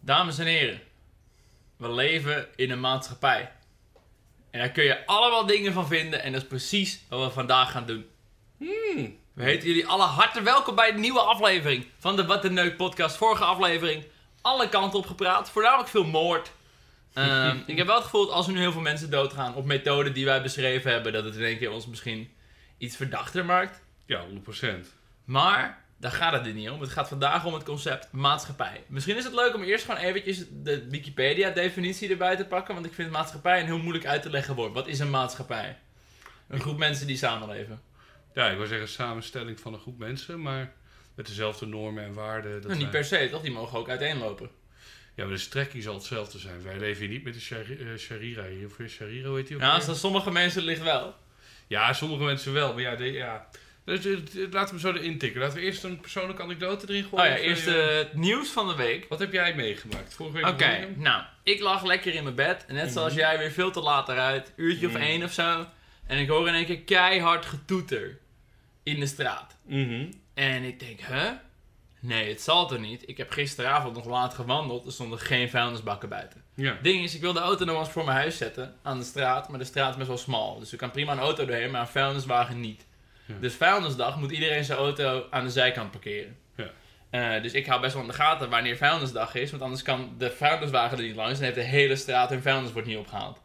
Dames en heren, we leven in een maatschappij. En daar kun je allemaal dingen van vinden en dat is precies wat we vandaag gaan doen. We heten jullie alle hartelijk welkom bij de nieuwe aflevering van de Wat de Neuk podcast. Vorige aflevering, alle kanten op gepraat, voornamelijk veel moord. Ik heb wel het gevoel dat als er nu heel veel mensen doodgaan op methoden die wij beschreven hebben, dat het in één keer ons misschien iets verdachter maakt. Ja, 100%. Maar daar gaat het er niet om. Het gaat vandaag om het concept maatschappij. Misschien is het leuk om eerst gewoon eventjes de Wikipedia-definitie erbij te pakken. Want ik vind maatschappij een heel moeilijk uit te leggen woord. Wat is een maatschappij? Een groep mensen die samenleven. Ja, ik wil zeggen samenstelling van een groep mensen, maar met dezelfde normen en waarden. Nou, niet per se, toch? Die mogen ook uiteenlopen. Ja, maar de strekking zal hetzelfde zijn. Wij leven hier niet met de Sharia hier. Of Sharia, hoe heet die ook? Nou, als dat sommige mensen ligt wel. Ja, sommige mensen wel. Maar ja, Dus, laten we zo erin tikken. Laten we eerst een persoonlijke anekdote erin gooien. Oh ja, eerst het nieuws van de week. Wat heb jij meegemaakt? Vorige week Oké, nou, ik lag lekker in mijn bed. En net zoals jij weer veel te laat eruit. Uurtje of 1 of zo. En ik hoor in één keer keihard getoeter. In de straat. En ik denk, nee, het zal toch niet. Ik heb gisteravond nog laat gewandeld. Er stonden geen vuilnisbakken buiten. Ja. Het ding is, ik wil de auto nog eens voor mijn huis zetten. Aan de straat. Maar de straat is best wel smal. Dus er kan prima een auto doorheen, maar een vuilniswagen niet. Ja. Dus vuilnisdag moet iedereen zijn auto aan de zijkant parkeren. Ja. Dus ik hou best wel in de gaten wanneer vuilnisdag is. Want anders kan de vuilniswagen er niet langs. En heeft de hele straat hun vuilnis wordt niet opgehaald.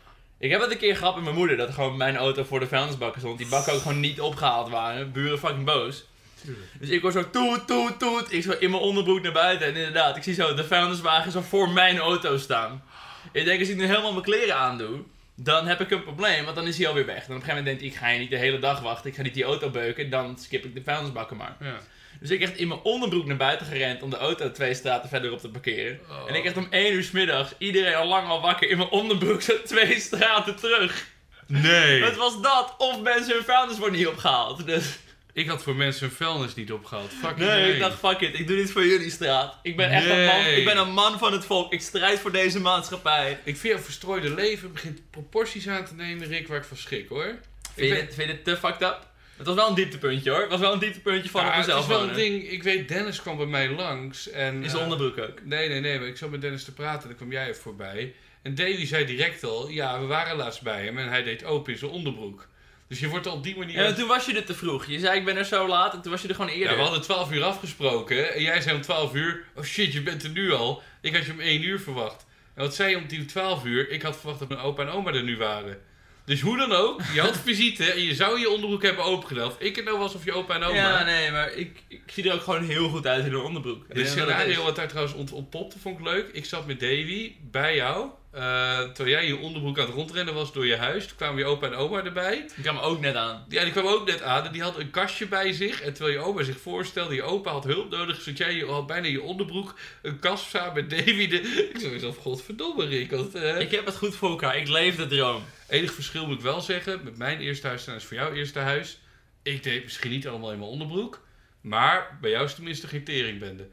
Ik heb het een keer gehad met mijn moeder. Dat gewoon mijn auto voor de vuilnisbakken stond. Die bakken ook gewoon niet opgehaald waren. Buren fucking boos. Dus ik hoor zo toet, toet, toet. Ik zo in mijn onderbroek naar buiten. En inderdaad, ik zie zo de vuilniswagen zo voor mijn auto staan. Ik denk, als ik nu helemaal mijn kleren aandoe, dan heb ik een probleem. Want dan is hij alweer weg. Dan op een gegeven moment denk ik ga je niet de hele dag wachten. Ik ga niet die auto beuken. Dan skip ik de vuilnisbakken maar. Ja. Dus ik echt in mijn onderbroek naar buiten gerend om de auto 2 straten verderop te parkeren. En ik echt om 1 uur 's middags, iedereen al lang al wakker, in mijn onderbroek zo 2 straten terug. Nee. Het was dat, of mensen hun vuilnis worden niet opgehaald. Dus Ik had voor mensen hun vuilnis niet opgehaald. Fucking nee, ik dacht fuck it, ik doe dit voor jullie straat. Ik ben echt een man, ik ben een man van het volk, ik strijd voor deze maatschappij. Ik vind jouw verstrooide leven begint proporties aan te nemen, Rick, waar ik van schrik, hoor. Vind je dit te fucked up? Het was wel een dieptepuntje hoor, het was wel een dieptepuntje van op mezelf. Het is wel een ding, ik weet, Dennis kwam bij mij langs en... In zijn onderbroek ook. Nee, maar ik zat met Dennis te praten en dan kwam jij even voorbij. En Davy zei direct al, ja, we waren laatst bij hem en hij deed open in zijn onderbroek. Dus je wordt er op die manier... Ja, toen was je er te vroeg. Je zei ik ben er zo laat en toen was je er gewoon eerder. Ja, we hadden 12 uur afgesproken en jij zei om 12 uur, oh shit, je bent er nu al. Ik had je om 1 uur verwacht. En wat zei je om 12 uur? Ik had verwacht dat mijn opa en oma er nu waren. Dus hoe dan ook, je had visite en je zou je onderbroek hebben opengedaan. Ik het nou was of je opa en oma... Ja, nee, maar ik zie er ook gewoon heel goed uit in een onderbroek. Dit scenario wat daar trouwens ontpopte, vond ik leuk. Ik zat met Davy bij jou, terwijl jij je onderbroek aan het rondrennen was door je huis. Toen kwamen je opa en oma erbij. Die kwam ook net aan. Ja, die kwam ook net aan en die had een kastje bij zich. En terwijl je oma zich voorstelde, je opa had hulp nodig, zodat jij had bijna je onderbroek, een kast samen met Davy. Ik zei mezelf, godverdomme Rick. Want, Ik heb het goed voor elkaar, ik leef de droom. Enig verschil moet ik wel zeggen, met mijn eerste huis is voor jouw eerste huis. Ik deed misschien niet allemaal in mijn onderbroek, maar bij jou is tenminste geen teringbende.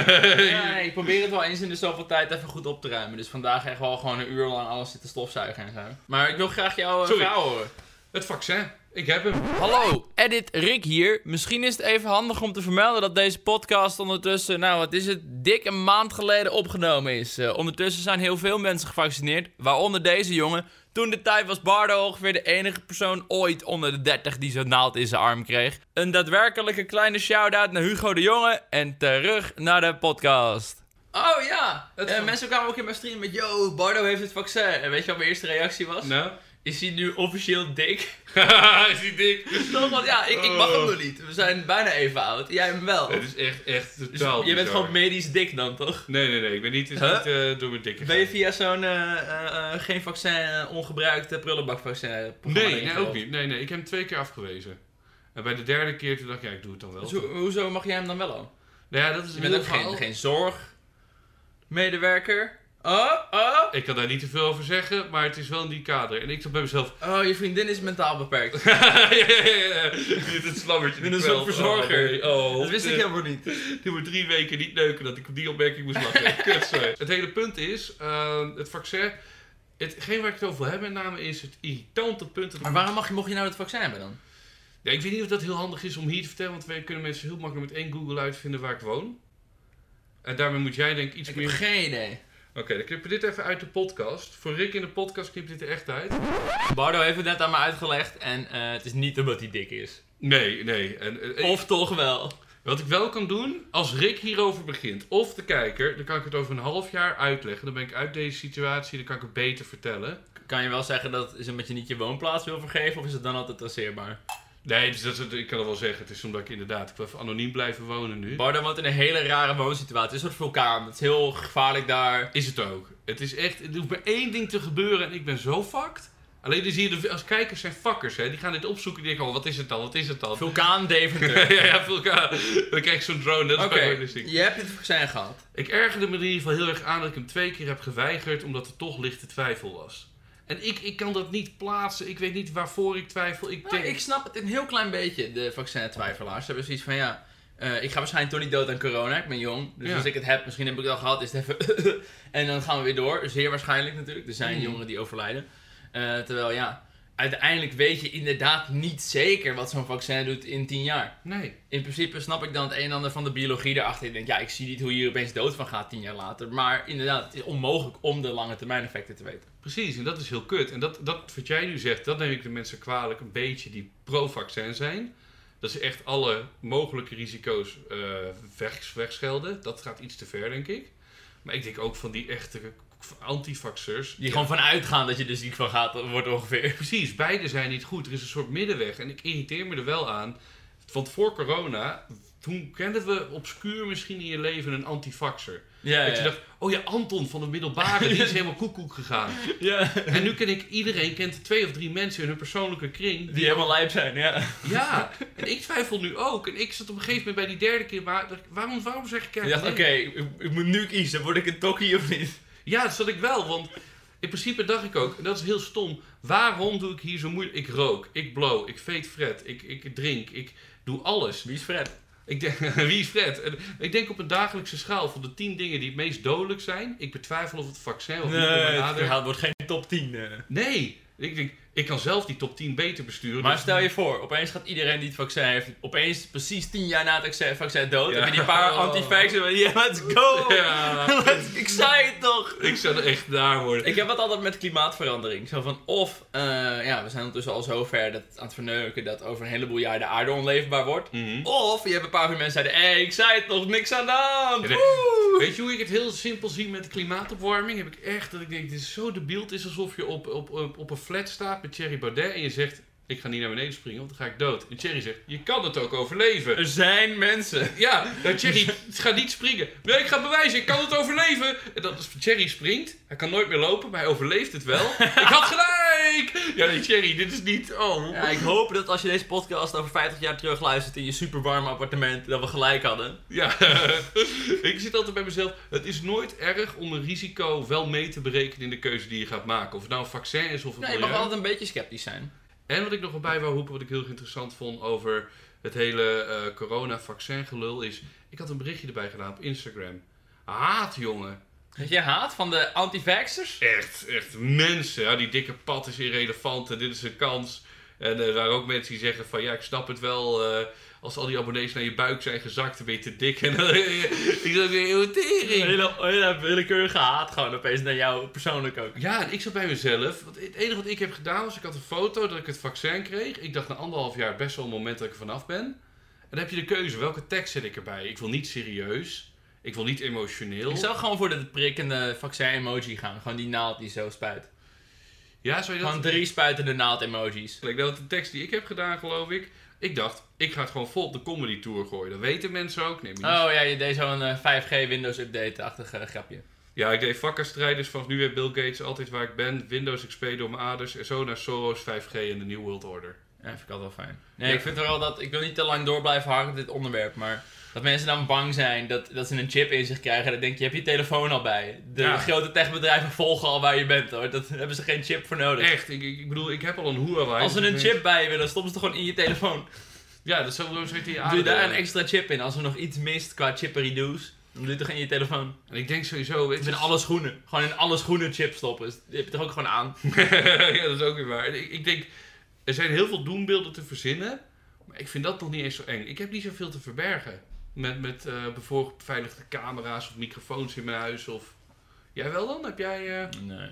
Ja, nee, ik probeer het wel eens in de zoveel tijd even goed op te ruimen. Dus vandaag echt wel gewoon 1 uur lang alles zitten stofzuigen en zo. Maar ik wil graag jouw verhaal horen. Het vaccin, ik heb hem. Hallo, Edit Rick hier. Misschien is het even handig om te vermelden dat deze podcast ondertussen, dik een maand geleden opgenomen is. Ondertussen zijn heel veel mensen gevaccineerd, waaronder deze jongen. Toen de tijd was Bardo ongeveer de enige persoon ooit onder de 30 die zo'n naald in zijn arm kreeg. Een daadwerkelijke kleine shout-out naar Hugo de Jonge en terug naar de podcast. Oh ja, mensen kwamen ook in mijn stream met yo, Bardo heeft het vaccin. En weet je wat mijn eerste reactie was? Nou? Is hij nu officieel dik? Is hij dik? Toch? Want ja, ik mag hem nog niet. We zijn bijna even oud. Jij hem wel. Het is echt Dus totaal je bent bizar. gewoon medisch dik dan, toch? Nee. Ik ben niet, niet door mijn dikke Ben je gaan. via zo'n geen vaccin, ongebruikte prullenbakvaccin Nee, ook niet. Nee. Ik heb hem 2 keer afgewezen. En bij de 3e keer toen dacht ik, ja, ik doe het dan wel. Dus hoezo mag jij hem dan wel al? Nou ja, dat is Je een bent heel ook verhaal. geen zorgmedewerker. Ik kan daar niet te veel over zeggen, maar het is wel in die kader. En ik zat bij mezelf... Oh, je vriendin is mentaal beperkt. ja. Niet het slammertje. Ik ben een soort verzorger. Dat wist ik helemaal niet. Die moet 3 weken niet neuken dat ik op die opmerking moest lachen. Kut, sorry. Het hele punt is, het vaccin... Hetgeen waar ik het over wil hebben met name is het irritante punt... Dat Maar waarom mocht je nou het vaccin hebben dan? Ja, ik weet niet of dat heel handig is om hier te vertellen, want wij kunnen mensen heel makkelijk met 1 Google uitvinden waar ik woon. En daarmee moet jij denk ik iets Ik meer... heb geen idee. Oké, dan knippen we dit even uit de podcast. Voor Rick in de podcast knipt dit er echt uit. Bardo heeft het net aan me uitgelegd en het is niet omdat hij dik is. Nee. Of toch wel. Wat ik wel kan doen, als Rick hierover begint, of de kijker, dan kan ik het over een half jaar uitleggen. Dan ben ik uit deze situatie, dan kan ik het beter vertellen. Kan je wel zeggen dat het is omdat je niet je woonplaats wil vergeven, of is het dan altijd traceerbaar? Nee, dus ik kan het wel zeggen. Het is omdat ik inderdaad, ik wil even anoniem blijven wonen nu. Bardo woont in een hele rare woonsituatie. Het is een soort vulkaan. Het is heel gevaarlijk daar. Is het ook. Het is echt, er hoeft maar één ding te gebeuren en ik ben zo fucked. Alleen dan zie je, als kijkers zijn fuckers, hè. Die gaan dit opzoeken en die denken, wat is het dan? Vulkaan Deventer. ja, vulkaan. Dan krijg ik zo'n drone, dat is Oké, dus je hebt het vaccin gehad. Ik ergerde me er in ieder geval heel erg aan dat ik hem 2 keer heb geweigerd, omdat er toch lichte twijfel was. En ik kan dat niet plaatsen, ik weet niet waarvoor ik twijfel. Ik snap het een heel klein beetje, de vaccin-twijfelaars. Ze hebben zoiets van, ik ga waarschijnlijk toch niet dood aan corona, ik ben jong. Dus als ik het heb, misschien heb ik het al gehad, is het even... en dan gaan we weer door, zeer waarschijnlijk natuurlijk. Er zijn jongeren die overlijden. Terwijl uiteindelijk weet je inderdaad niet zeker wat zo'n vaccin doet in 10 jaar. Nee. In principe snap ik dan het een en ander van de biologie erachter. Ik denk, ik zie niet hoe je hier opeens dood van gaat 10 jaar later. Maar inderdaad, het is onmogelijk om de lange termijn effecten te weten. Precies, en dat is heel kut. En dat wat jij nu zegt, dat neem ik de mensen kwalijk een beetje die pro-vaccin zijn. Dat ze echt alle mogelijke risico's wegschelden. Dat gaat iets te ver, denk ik. Maar ik denk ook van die echte antivaxers. Die gewoon vanuit gaan dat je er ziek van gaat, wordt ongeveer. Precies, beide zijn niet goed. Er is een soort middenweg. En ik irriteer me er wel aan. Want voor corona, toen kenden we obscuur misschien in je leven een antivaxer. Dat je dacht, Anton van de middelbare, die is helemaal koekoek gegaan. Ja. En nu kent 2 of 3 mensen in hun persoonlijke kring. Die helemaal lijp zijn, Ja, en ik twijfel nu ook. En ik zat op een gegeven moment bij die derde keer, maar waarom zeg ik Je dacht, oké, ik moet nu kiezen, word ik een tokkie of niet? Ja, dat zat ik wel, want in principe dacht ik ook, en dat is heel stom, waarom doe ik hier zo moeilijk? Ik rook, ik blow, ik veet Fred, ik drink, ik doe alles. Wie is Fred? Wie is Fred? En ik denk op een dagelijkse schaal van de 10 dingen die het meest dodelijk zijn, ik betwijfel of het vaccin of niet. Het wordt geen top 10. Nee, ik denk, ik kan zelf die top 10 beter besturen. Maar stel je voor, opeens gaat iedereen die het vaccin heeft, opeens precies 10 jaar na het vaccin dood. En die paar anti-vaxxers, let's go! Ja. Ik zei het toch! Ik zou er echt daar worden. Ik heb het altijd met klimaatverandering. Zo van, of, we zijn ondertussen al zo ver dat aan het verneuken dat over een heleboel jaar de aarde onleefbaar wordt. Of, je hebt een paar van mensen die zeiden, ik zei het toch, niks aan de hand! Weet je hoe ik het heel simpel zie met de klimaatopwarming? Heb ik echt dat ik denk, dit is zo debiel. Het is alsof je op een flat staat met Thierry Baudet en je zegt, ik ga niet naar beneden springen, want dan ga ik dood. En Thierry zegt, je kan het ook overleven. Er zijn mensen. Ja, nou Thierry gaat niet springen. Nee, ik ga bewijzen, ik kan het overleven. En dan als Thierry springt, hij kan nooit meer lopen, maar hij overleeft het wel. Ik had gelijk! Ja, nee, Thierry, dit is niet... Ja, ik hoop dat als je deze podcast over 50 jaar terug luistert in je superwarme appartement, dat we gelijk hadden. Ja, ik zit altijd bij mezelf, het is nooit erg om een risico wel mee te berekenen in de keuze die je gaat maken. Of het nou een vaccin is of een je mag altijd een beetje sceptisch zijn. En wat ik nog wel bij wou roepen, wat ik heel erg interessant vond over het hele corona-vaccin gelul is, ik had een berichtje erbij gedaan op Instagram. Haat, jongen. Heb je haat van de anti-vaxxers? Echt mensen. Ja, die dikke pad is irrelevant en dit is een kans. En er waren ook mensen die zeggen van, ik snap het wel, als al die abonnees naar je buik zijn gezakt, dan ben je te dik. En dan ik dacht weer, irritering. Hele willekeurige haat gewoon opeens naar jou persoonlijk ook. Ja, en ik zat bij mezelf. Want het enige wat ik heb gedaan was, ik had een foto dat ik het vaccin kreeg. Ik dacht na 1,5 jaar best wel een moment dat ik er vanaf ben. En dan heb je de keuze, welke tekst zet ik erbij? Ik wil niet serieus. Ik wil niet emotioneel. Ik zou gewoon voor de prikkende vaccin-emoji gaan. Gewoon die naald die zo spuit. Ja, zou je dat... Gewoon 3 spuitende naald-emojis. Dat was de tekst die ik heb gedaan, geloof ik. Ik dacht, ik ga het gewoon vol op de comedy tour gooien. Dat weten mensen ook. Je deed zo'n 5G Windows update-achtig grapje. Ja, ik deed vakkenstrijders. Vanaf nu weet Bill Gates altijd waar ik ben. Windows XP door mijn aders. En zo naar Soros, 5G en de New World Order. Ja, vind ik altijd wel fijn. Nee, ik vind wel dat... Ik wil niet te lang door blijven hangen op dit onderwerp, maar... Dat mensen dan bang zijn dat ze een chip in zich krijgen. Dan denk je, heb je telefoon al bij? De grote techbedrijven volgen al waar je bent, hoor. Daar hebben ze geen chip voor nodig. Echt, ik bedoel, ik heb al een Huawei. Als ze een chip bij je willen, stoppen ze het gewoon in je telefoon. Ja, dat zou wel zoiets in je doe je daar een extra chip in. Als er nog iets mist qua chippery-do's, dan doe je het toch in je telefoon. En ik denk sowieso... In alle schoenen. Gewoon in alle schoenen chip stoppen. Dus die heb je toch ook gewoon aan. Ja, dat is ook weer waar. Ik denk, er zijn heel veel doembeelden te verzinnen. Maar ik vind dat nog niet eens zo eng. Ik heb niet zoveel te verbergen. Met bijvoorbeeld beveiligde camera's of microfoons in mijn huis. Of... Jij wel dan? Heb jij... Nee.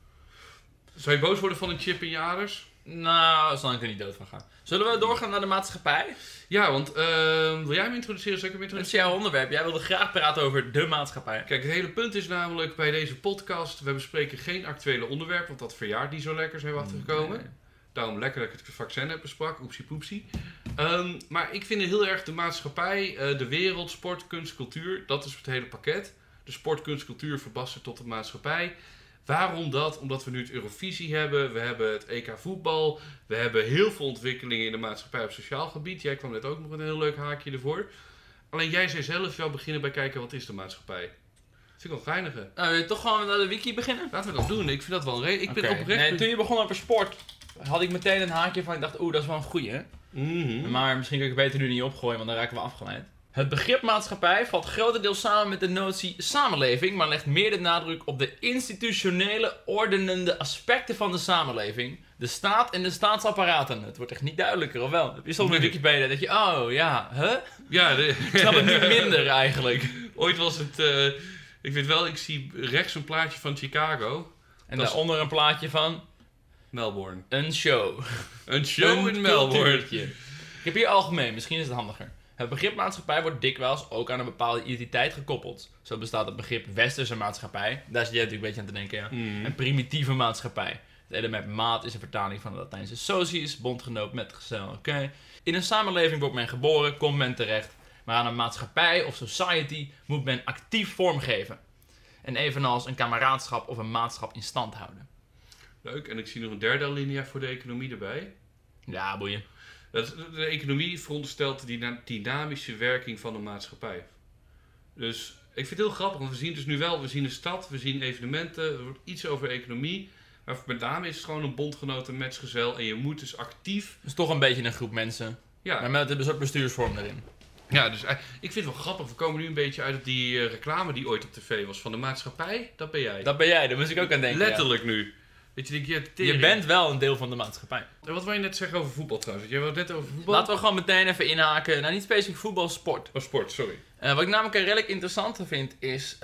Zou je boos worden van een chip in je aders? Nou, zolang ik er niet dood van ga. Zullen we doorgaan naar de maatschappij? Ja, want wil jij me introduceren? Zal ik hem Dat is introduceren? jouw onderwerp. Jij wilde graag praten over de maatschappij. Kijk, het hele punt is namelijk bij deze podcast... We bespreken geen actuele onderwerp, want dat verjaart niet zo lekker, zijn we achtergekomen. Nee. Daarom lekker dat ik het vaccin heb besprak. Oepsie poepsie. Maar ik vind heel erg de maatschappij, de wereld, sport, kunst, cultuur. Dat is het hele pakket. De sport, kunst, cultuur verbasterd tot de maatschappij. Waarom dat? Omdat we nu het Eurovisie hebben. We hebben het EK voetbal. We hebben heel veel ontwikkelingen in de maatschappij op sociaal gebied. Jij kwam net ook nog met een heel leuk haakje ervoor. Alleen jij zei zelf, jou beginnen bij kijken wat is de maatschappij. Dat vind ik wel geinige. Nou, wil je toch gewoon naar de wiki beginnen? Laten we dat doen. Ik vind dat wel een reden. Ik ben Oké. oprecht... Nee, toen je begon over sport, had ik meteen een haakje van, ik dacht, dat is wel een goeie. Hè? Mhm. Maar misschien kun ik het beter nu niet opgooien, want dan raken we afgeleid. Het begrip maatschappij valt grotendeels samen met de notie samenleving, maar legt meer de nadruk op de institutionele, ordenende aspecten van de samenleving. De staat en de staatsapparaten. Het wordt echt niet duidelijker, of wel? Heb je soms met Nee. Wikipedia dat je, oh ja, huh? Ja, Ik snap het nu minder eigenlijk. Ooit was het... ik weet wel, ik zie rechts een plaatje van Chicago. En Dat is- daaronder een plaatje van Melbourne. een show. Een show Een in Melbourne. cultuurtje. Ik heb hier algemeen, misschien is het handiger. Het begrip maatschappij wordt dikwijls ook aan een bepaalde identiteit gekoppeld. Zo bestaat het begrip westerse maatschappij. Daar zit jij natuurlijk een beetje aan te denken, ja. Mhm. En primitieve maatschappij. Het element maat is een vertaling van de Latijnse socius, bondgenoot, metgezel, oké. In een samenleving wordt men geboren, komt men terecht. Maar aan een maatschappij of society moet men actief vormgeven. En evenals een kameraadschap of een maatschap in stand houden. Leuk, en ik zie nog een derde alinea voor de economie erbij. Ja, boeien. De economie veronderstelt die dynamische werking van de maatschappij. Dus ik vind het heel grappig, want we zien dus nu wel, we zien een stad, we zien evenementen, er wordt iets over economie. Maar met name is het gewoon een bondgenoot, een matchgezel en je moet dus actief... Het is toch een beetje een groep mensen. Ja, Maar met een soort bestuursvorm erin. ja, dus ik vind het wel grappig, we komen nu een beetje uit op die reclame die ooit op tv was van de maatschappij. Dat ben jij. Dat ben jij, daar moest ik ook aan denken. Letterlijk nu. Dat je denkt, ja, Ja. tering. Je bent wel een deel van de maatschappij. En wat wil je net zeggen over voetbal trouwens? Jij wou het net over voetbal? Laten we gewoon meteen even inhaken. Nou, niet specifiek voetbal, sport. Oh, sport, sorry. Wat ik namelijk een redelijk interessante vind, is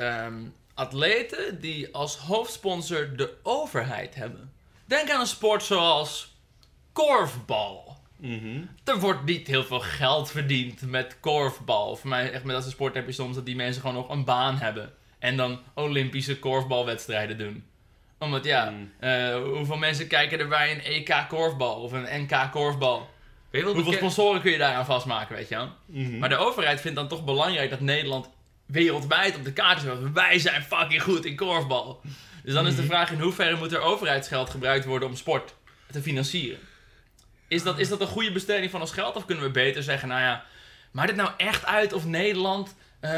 atleten die als hoofdsponsor de overheid hebben. Denk aan een sport zoals korfbal. Er wordt niet heel veel geld verdiend met korfbal. Voor mij, echt met dat soort sport heb je soms dat die mensen gewoon nog een baan hebben. En dan Olympische korfbalwedstrijden doen. Omdat ja, hoeveel mensen kijken er bij een EK korfbal of een NK korfbal? Weet je wel Hoeveel sponsoren kun je daaraan vastmaken, weet je wel? Mhm. Maar de overheid vindt dan toch belangrijk dat Nederland wereldwijd op de kaart is. Want wij zijn fucking goed in korfbal. Dus dan is de vraag in hoeverre moet er overheidsgeld gebruikt worden om sport te financieren? Is dat een goede besteding van ons geld? Of kunnen we beter zeggen, nou ja, maakt het nou echt uit of Nederland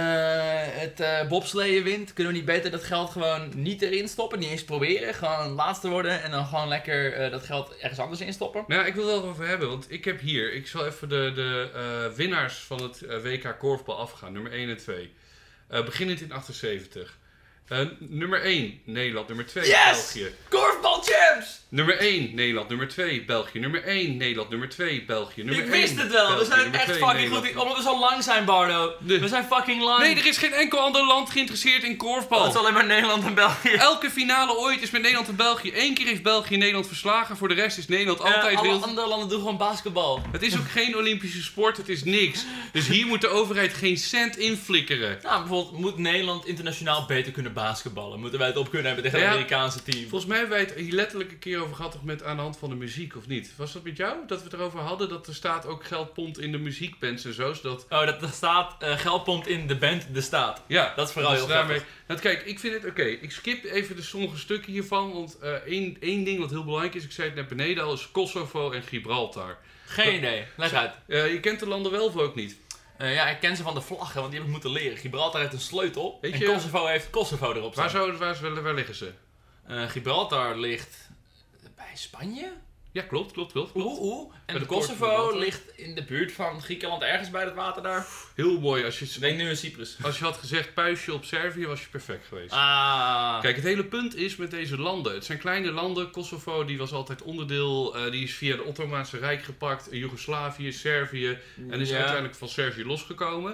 het bobsleeën wint? Kunnen we niet beter dat geld gewoon niet erin stoppen? Niet eens proberen? Gewoon laatste worden en dan gewoon lekker dat geld ergens anders in stoppen? Nou, ik wil het wel over hebben, want ik heb hier... Ik zal even de winnaars van het WK korfbal afgaan. Nummer 1 en 2. Beginnend in 78. Nummer 1, Nederland. Nummer 2, Yes! België. Korfbalchamps! Nummer 1, Nederland. Nummer 2, België. Nummer 1, Nederland. Nummer 2, België. Nummer Ik 1, wist het wel, we België. zijn Nummer echt 2, fucking Nederland. goed in, omdat we zo lang zijn, Bardo. We zijn fucking lang. Nee, er is geen enkel ander land geïnteresseerd in korfbal. Het is alleen maar Nederland en België. Elke finale ooit is met Nederland en België. Eén keer heeft België Nederland verslagen. Voor de rest is Nederland altijd alle wereld... andere landen doen gewoon basketbal. Het is ook geen Olympische sport, het is niks. Dus hier moet de overheid geen cent in flikkeren. Nou, bijvoorbeeld, moet Nederland internationaal beter kunnen basketballen? Moeten wij het op kunnen hebben tegen het Ja. Amerikaanse team? Volgens mij hebben wij het hier letterlijk een keer over gehad, toch met aan de hand van de muziek, of niet? Was dat met jou? Dat we het erover hadden, dat er staat ook geld pompt in de muziekbands en zo, zodat... Oh, dat staat, geld pompt in de band De Staat. Ja, Dat is vooral dus heel daarmee... grappig. Nou, kijk, ik vind het oké. Ik skip even de sommige stukken hiervan, want één ding wat heel belangrijk is, ik zei het net beneden al, is Kosovo en Gibraltar. Geen idee, leg uit. Je kent de landen wel of ook niet? Ja, ik ken ze van de vlaggen, want die heb ik moeten leren. Gibraltar heeft een sleutel Weet en je- Kosovo heeft Kosovo erop staan. Waar liggen ze? Gibraltar ligt bij Spanje? Ja, klopt. Oeh. En Bij de Kosovo Gibraltar. ligt in de buurt van Griekenland, ergens bij het water daar. Heel mooi. Als Ik je, denk nu in Cyprus. als je had gezegd puistje op Servië, was je perfect geweest. Ah. Kijk, het hele punt is met deze landen. Het zijn kleine landen. Kosovo die was altijd onderdeel. Die is via het Ottomaanse Rijk gepakt. Joegoslavië, Servië. En is Ja. uiteindelijk van Servië losgekomen.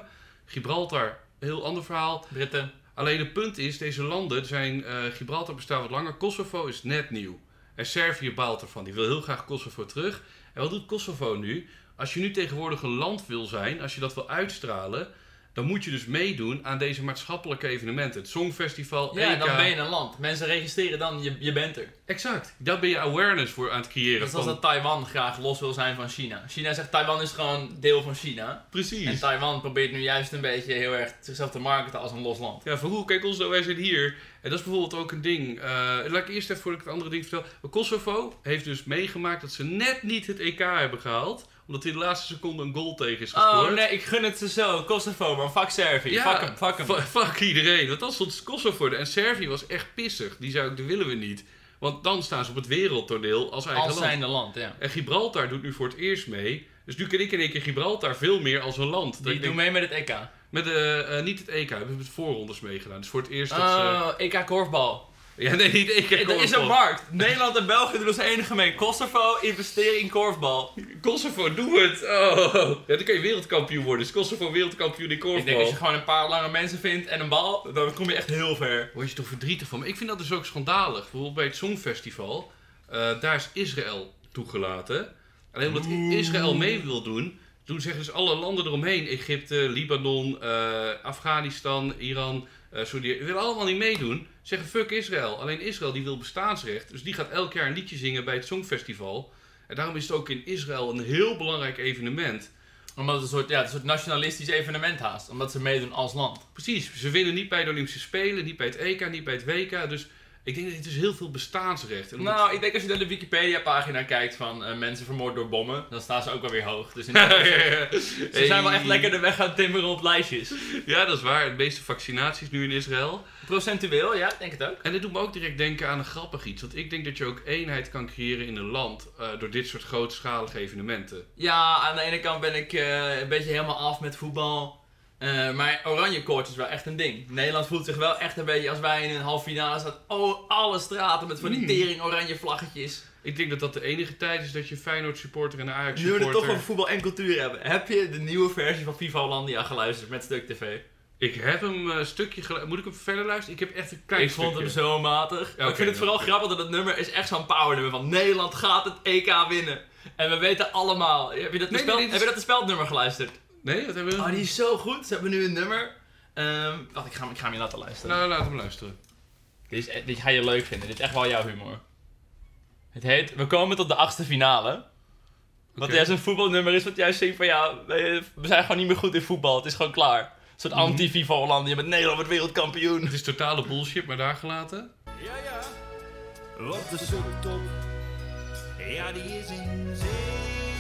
Gibraltar, heel ander verhaal. Britten. Alleen het punt is, deze landen zijn... Gibraltar bestaat wat langer. Kosovo is net nieuw. En Servië baalt ervan. Die wil heel graag Kosovo terug. En wat doet Kosovo nu? Als je nu tegenwoordig een land wil zijn, als je dat wil uitstralen... dan moet je dus meedoen aan deze maatschappelijke evenementen. Het Songfestival, Ja, EK. dan ben je een land. Mensen registreren dan, je bent er. Exact. Daar ben je awareness voor aan het creëren. Dat is als dat Taiwan graag los wil zijn van China. China zegt Taiwan is gewoon deel van China. Precies. En Taiwan probeert nu juist een beetje heel erg zichzelf te marketen als een los land. Ja, voor hoe? Kijk, wij zijn hier. En dat is bijvoorbeeld ook een ding. Laat ik eerst even, voordat ik het andere ding vertel. Kosovo heeft dus meegemaakt dat ze net niet het EK hebben gehaald. Omdat in de laatste seconde een goal tegen is gescoord. Oh nee, ik gun het ze zo. Kosovo, maar fuck Servië. Ja, fuck hem. Fuck iedereen. Want dan stond Kosovo er. En Servië was echt pissig. Die zei ook, dat willen we niet. Want dan staan ze op het wereldtoneel als eigen Als land. zijnde land, ja. En Gibraltar doet nu voor het eerst mee. Dus nu ken ik in één keer Gibraltar veel meer als een land. Die doen mee met het EK. Met niet het EK, we hebben het voorrondes meegedaan. Dus voor het eerst dat ze... EK korfbal. Ja, nee, niet EK korfbal. Er is een markt. Nederland en België doen als enige mee. Kosovo, investeren in korfbal. Kosovo, doe het! Oh. Ja, dan kan je wereldkampioen worden. Dus Kosovo wereldkampioen in korfbal. Ik denk als je gewoon een paar lange mensen vindt en een bal, dan kom je echt heel ver. Word je toch verdrietig van. Maar ik vind dat dus ook schandalig. Bijvoorbeeld bij het Songfestival. Daar is Israël toegelaten. Alleen omdat Israël mee wil doen, zeggen dus alle landen eromheen. Egypte, Libanon, Afghanistan, Iran, Saudi. Die willen allemaal niet meedoen. Zeggen fuck Israël. Alleen Israël die wil bestaansrecht. Dus die gaat elk jaar een liedje zingen bij het Songfestival. En daarom is het ook in Israël een heel belangrijk evenement. Omdat het een soort nationalistisch evenement haast. Omdat ze meedoen als land. Precies. Ze winnen niet bij de Olympische Spelen, niet bij het EK, niet bij het WK. Dus ik denk dat het is heel veel bestaansrecht. En Nou, ik denk als je naar de Wikipedia-pagina kijkt van mensen vermoord door bommen, dan staan ze ook wel weer hoog. Dus ze zijn wel echt lekker de weg gaan timmeren op lijstjes. Ja, dat is waar. De meeste vaccinaties nu in Israël. Procentueel, ja, denk het ook. En dit doet me ook direct denken aan een grappig iets. Want ik denk dat je ook eenheid kan creëren in een land door dit soort grootschalige evenementen. Ja, aan de ene kant ben ik een beetje helemaal af met voetbal. Maar oranje koorts is wel echt een ding. Nederland voelt zich wel echt een beetje, als wij in een halve finale staan, alle straten met van die tering oranje vlaggetjes. Ik denk dat dat de enige tijd is dat je Feyenoord supporter en de Ajax Nu we supporter... het toch over voetbal en cultuur hebben. Heb je de nieuwe versie van FIFA Hollandia geluisterd met Stuk TV? Ik heb hem een stukje geluisterd. Moet ik hem verder luisteren? Ik heb echt een klein stukje. Ik vond hem zo matig. Ja, ik vind het vooral grappig dat het nummer is echt zo'n powernummer van Nederland gaat het EK winnen. En we weten allemaal. Heb je dat de speldnummer geluisterd? Nee, dat hebben we... Oh, die is zo goed. Ze hebben nu een nummer. Wacht, ik ga hem je laten luisteren. Nou, laat hem luisteren. Dit ga je leuk vinden. Dit is echt wel jouw humor. Het heet We komen tot de 8e finale. Wat juist een voetbalnummer is, wat juist zegt van ja, we zijn gewoon niet meer goed in voetbal. Het is gewoon klaar. Een soort anti-FIFA Hollandia met Nederland wordt wereldkampioen. Het is totale bullshit, maar daar gelaten. Ja, wat de subtop. Ja, die is in zee.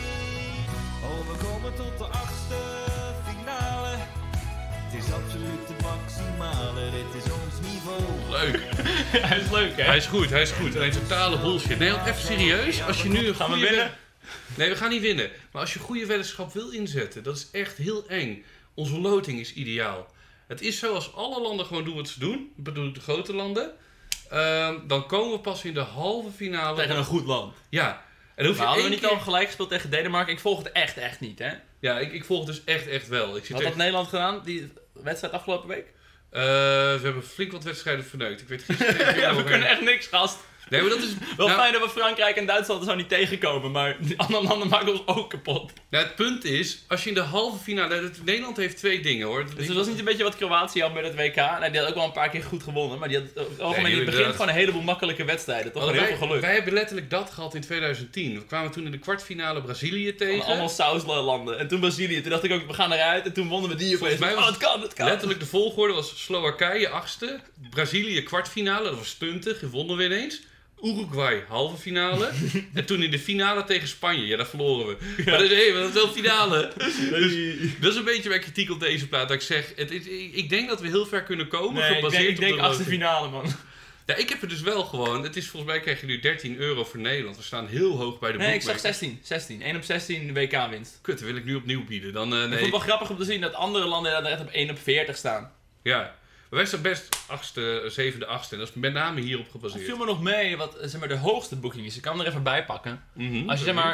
Oh, we komen tot de 8e finale. Het is absoluut de maximale. Dit is ons niveau. Leuk. Hij is leuk, hè? Hij is goed. Alleen totale bullshit. Nee, want even serieus. Als je nu een Gaan we goede winnen? Nee, we gaan niet winnen. Maar als je goede weddenschap wil inzetten, dat is echt heel eng. Onze loting is ideaal. Het is zo, als alle landen gewoon doen wat ze doen, ik bedoel de grote landen, dan komen we pas in de halve finale. Tegen een goed land. Ja. En dan hoef Maar je hadden we één niet keer... al gelijk gespeeld tegen Denemarken? Ik volg het echt niet, hè? Ja, ik volg het dus echt wel. Ik zit Wat had Nederland gedaan, die wedstrijd afgelopen week? we hebben flink wat wedstrijden verneukt. Ik weet gisteren... Ja, we kunnen echt niks, gast. Nee, maar dat is... Wel nou, fijn dat we Frankrijk en Duitsland er zo niet tegenkomen, maar die andere landen maken ons ook kapot. nou, het punt is, als je in de halve finale... Nederland heeft twee dingen, hoor. Dus het was niet een beetje wat Kroatië had met het WK. Nou, die had ook wel een paar keer goed gewonnen, maar die had over het algemeen in het begin inderdaad. gewoon een heleboel makkelijke wedstrijden. Toch heel veel geluk. Wij hebben letterlijk dat gehad in 2010. We kwamen toen in de kwartfinale Brazilië tegen. Allemaal sauslanden. En toen Brazilië. Toen dacht ik ook, we gaan eruit. En toen wonnen we die opeens. Volgens mij was het kan. Letterlijk de volgorde was Slowakije 8e, Brazilië kwartfinale, dat was stunten, gewonnen we ineens. Uruguay halve finale. En toen in de finale tegen Spanje, ja, daar verloren we. Ja. Maar dat is wel finale. Dus, dat is een beetje mijn kritiek op deze plaat. Dat ik zeg, ik denk dat we heel ver kunnen komen. Nee, gebaseerd ik denk op de 8e loting. finale, man. Ja, ik heb het dus wel gewoon. Het is volgens mij krijg je nu €13 voor Nederland. We staan heel hoog bij de Nee, ik boekmakers. zag 16. 1 op 16 WK-winst. Kut, dat wil ik nu opnieuw bieden. Dan, Ik vond nee. het wel grappig om te zien dat andere landen daar echt op 1 op 40 staan. Ja. Maar wij staan best 8e, 7e, 8e. En dat is met name hierop Het gebaseerd. viel me nog mee wat zeg maar, de hoogste boeking is. Ik kan hem er even bij pakken. Mhm, Als je zeg maar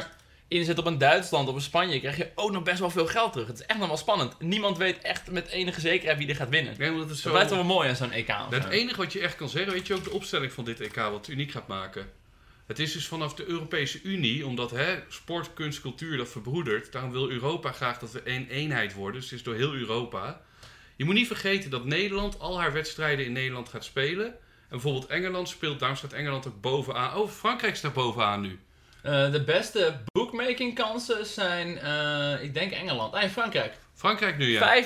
inzet op een Duitsland, op een Spanje, krijg je ook nog best wel veel geld terug. Het is echt nog wel spannend. Niemand weet echt met enige zekerheid wie er gaat winnen. Nee, omdat het zo... Dat blijft wel mooi aan zo'n EK. Het enige wat je echt kan zeggen, weet je ook de opstelling van dit EK wat uniek gaat maken? Het is dus vanaf de Europese Unie, omdat sport, kunst, cultuur dat verbroedert. Daarom wil Europa graag dat we één eenheid worden. Dus het is door heel Europa. Je moet niet vergeten dat Nederland al haar wedstrijden in Nederland gaat spelen. En bijvoorbeeld Engeland speelt, daarom staat Engeland ook bovenaan. Oh, Frankrijk staat bovenaan nu. De beste bookmaking kansen zijn, ik denk Engeland. Nee, Frankrijk. Frankrijk nu, ja.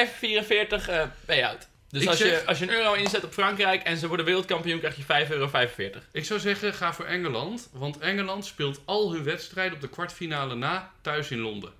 5,44 payout. Dus als je €1 inzet op Frankrijk en ze worden wereldkampioen, krijg je €5,45. Ik zou zeggen, ga voor Engeland. Want Engeland speelt al hun wedstrijden op de kwartfinale na thuis in Londen.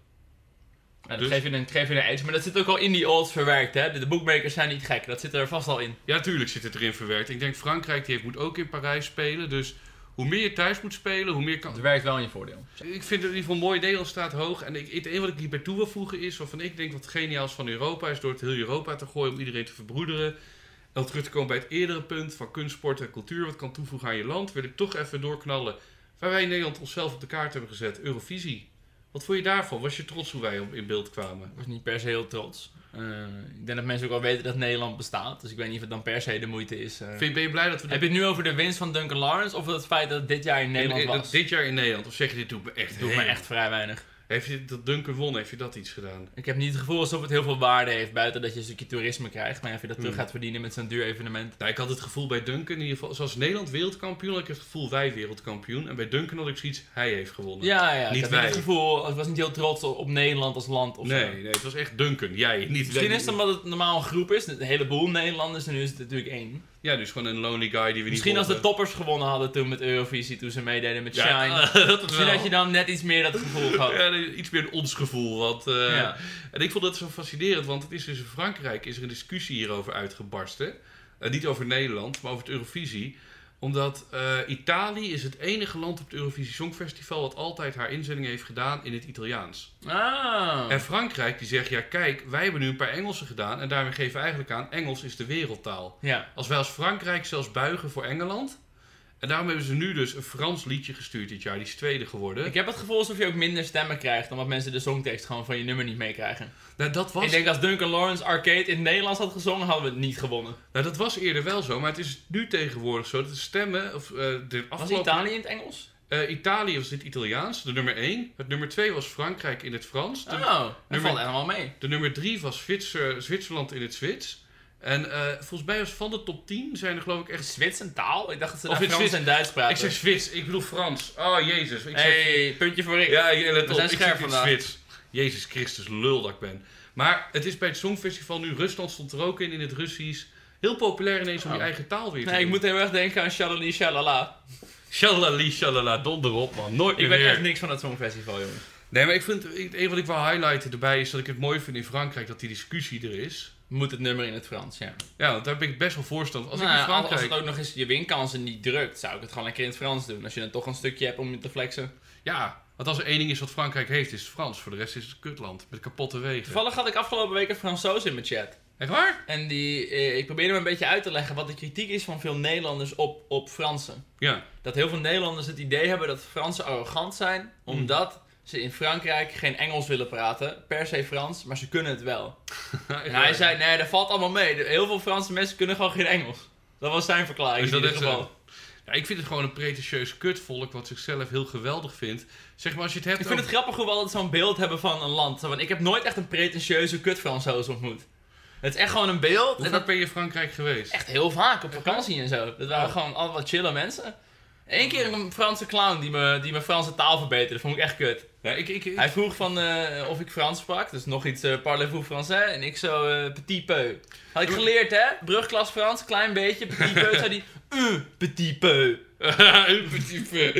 Nou, dat geef je een edge, maar dat zit ook al in die odds verwerkt, hè? De bookmakers zijn niet gek, dat zit er vast al in. Ja, tuurlijk zit het erin verwerkt. Ik denk Frankrijk moet ook in Parijs spelen. Dus hoe meer je thuis moet spelen, hoe meer kan... Het werkt wel in je voordeel. Ik vind het in ieder geval mooi. Nederland staat hoog. En het enige wat ik hierbij toe wil voegen is, waarvan ik denk wat geniaals van Europa is, door het heel Europa te gooien om iedereen te verbroederen. En terug te komen bij het eerdere punt van kunst, sport en cultuur, wat kan toevoegen aan je land, wil ik toch even doorknallen waar wij in Nederland onszelf op de kaart hebben gezet. Eurovisie. Wat vond je daarvan? Was je trots hoe wij in beeld kwamen? Ik was niet per se heel trots. Ik denk dat mensen ook wel weten dat Nederland bestaat. Dus ik weet niet of het dan per se de moeite is. Ben je blij dat we... Heb je het nu over de winst van Duncan Lawrence of het feit dat het dit jaar in Nederland was? Dit jaar in Nederland. Of zeg je dit doet me echt doet me echt vrij weinig. Heeft je dat Duncan won? Heeft je dat iets gedaan? Ik heb niet het gevoel alsof het heel veel waarde heeft, buiten dat je een stukje toerisme krijgt. Maar of je dat terug gaat verdienen met zo'n duur evenement. Nou, ik had het gevoel bij Duncan in ieder geval, zoals Nederland wereldkampioen, had ik het gevoel wij wereldkampioen. En bij Duncan had ik zoiets, hij heeft gewonnen. Ja, niet ik had wij. niet het gevoel, ik was niet heel trots op Nederland als land of zo. Nee, het was echt Duncan, jij, niet Misschien wij. is het omdat het normaal een groep is, een heleboel Nederlanders en nu is het natuurlijk één. Ja, dus gewoon een lonely guy die we Misschien niet als de volgen. toppers gewonnen hadden toen met Eurovisie, toen ze meededen met Shine. Ja, dat Misschien had je dan net iets meer dat gevoel gehad. Ja, iets meer ons gevoel. Want, Ja. En ik vond dat zo fascinerend, want het is dus in Frankrijk is er een discussie hierover uitgebarsten. Niet over Nederland, maar over het Eurovisie. Omdat Italië is het enige land op het Eurovisie Songfestival wat altijd haar inzending heeft gedaan in het Italiaans. Ah. En Frankrijk die zegt, ja kijk, wij hebben nu een paar Engelsen gedaan en daarmee geven we eigenlijk aan, Engels is de wereldtaal. Ja. Als wij als Frankrijk zelfs buigen voor Engeland, en daarom hebben ze nu dus een Frans liedje gestuurd dit jaar, die is tweede geworden. Ik heb het gevoel alsof je ook minder stemmen krijgt, omdat mensen de songtekst gewoon van je nummer niet meekrijgen. Nou, dat was... Ik denk als Duncan Lawrence Arcade in het Nederlands had gezongen, hadden we het niet gewonnen. Nou, dat was eerder wel zo, maar het is nu tegenwoordig zo dat de stemmen... de Was afgelopen... Italië in het Engels? Italië was dit Italiaans, de nummer 1. Het nummer 2 was Frankrijk in het Frans. Dat valt helemaal mee. De nummer 3 was Zwitserland in het Zwits. En volgens mij was van de top 10 zijn er geloof ik echt... Zwits een taal? Ik dacht dat ze Of daar in Frans Zwits. en Duits praten. Ik zeg Zwits, ik bedoel Frans. Oh, jezus. Ik zeg... Hey, puntje voor ik. Ja, let We op. zijn Ik scherp zeg in vandaag. Zwits. Jezus Christus, lul dat ik ben. Maar het is bij het Songfestival nu, Rusland stond er ook in het Russisch. Heel populair ineens om je eigen taal weer te Nee, ik doen. moet heel erg denken aan Shalali Shalala. Shalali, shalala, donder op man. Nooit Ik meer. weet echt niks van het Songfestival, jongen. Nee, maar ik vind, het enige wat ik wil highlighten erbij is dat ik het mooi vind in Frankrijk dat die discussie er is. Moet het nummer in het Frans, ja. Ja, want daar ben ik best wel voorstander. Als ik Nou, in Frankrijk... als het ook nog eens je winkansen niet drukt, zou ik het gewoon lekker in het Frans doen. Als je dan toch een stukje hebt om je te flexen. Ja, want als er één ding is wat Frankrijk heeft, is het Frans. Voor de rest is het kutland met kapotte wegen. Toevallig had ik afgelopen week een Fransoos in mijn chat. Echt waar? En ik probeerde me een beetje uit te leggen wat de kritiek is van veel Nederlanders op Fransen. Ja. Dat heel veel Nederlanders het idee hebben dat Fransen arrogant zijn, omdat ze in Frankrijk geen Engels willen praten, per se Frans, maar ze kunnen het wel. En hij zei, nee, dat valt allemaal mee. Heel veel Franse mensen kunnen gewoon geen Engels. Dat was zijn verklaring Is in dat ieder echt geval. Ja, ik vind het gewoon een pretentieus kutvolk wat zichzelf heel geweldig vindt. Zeg maar als je het hebt Ik vind het grappig hoe we altijd zo'n beeld hebben van een land. Zo van, ik heb nooit echt een pretentieuze kut-Fransoos ontmoet. Het is echt gewoon een beeld. Hoe En vaak dat ben je in Frankrijk geweest? echt heel vaak op vakantie en zo. Dat waren gewoon altijd wat chille mensen. Eén keer een Franse clown die mijn Franse taal verbeterde. Dat vond ik echt kut. Ja, Hij vroeg van of ik Frans sprak. Dus nog iets parlez-vous français. En ik zo petit peu. Had ik geleerd hè. Brugklas Frans. Klein beetje. Petit peu. Zei hij petit peu. Een petit peu.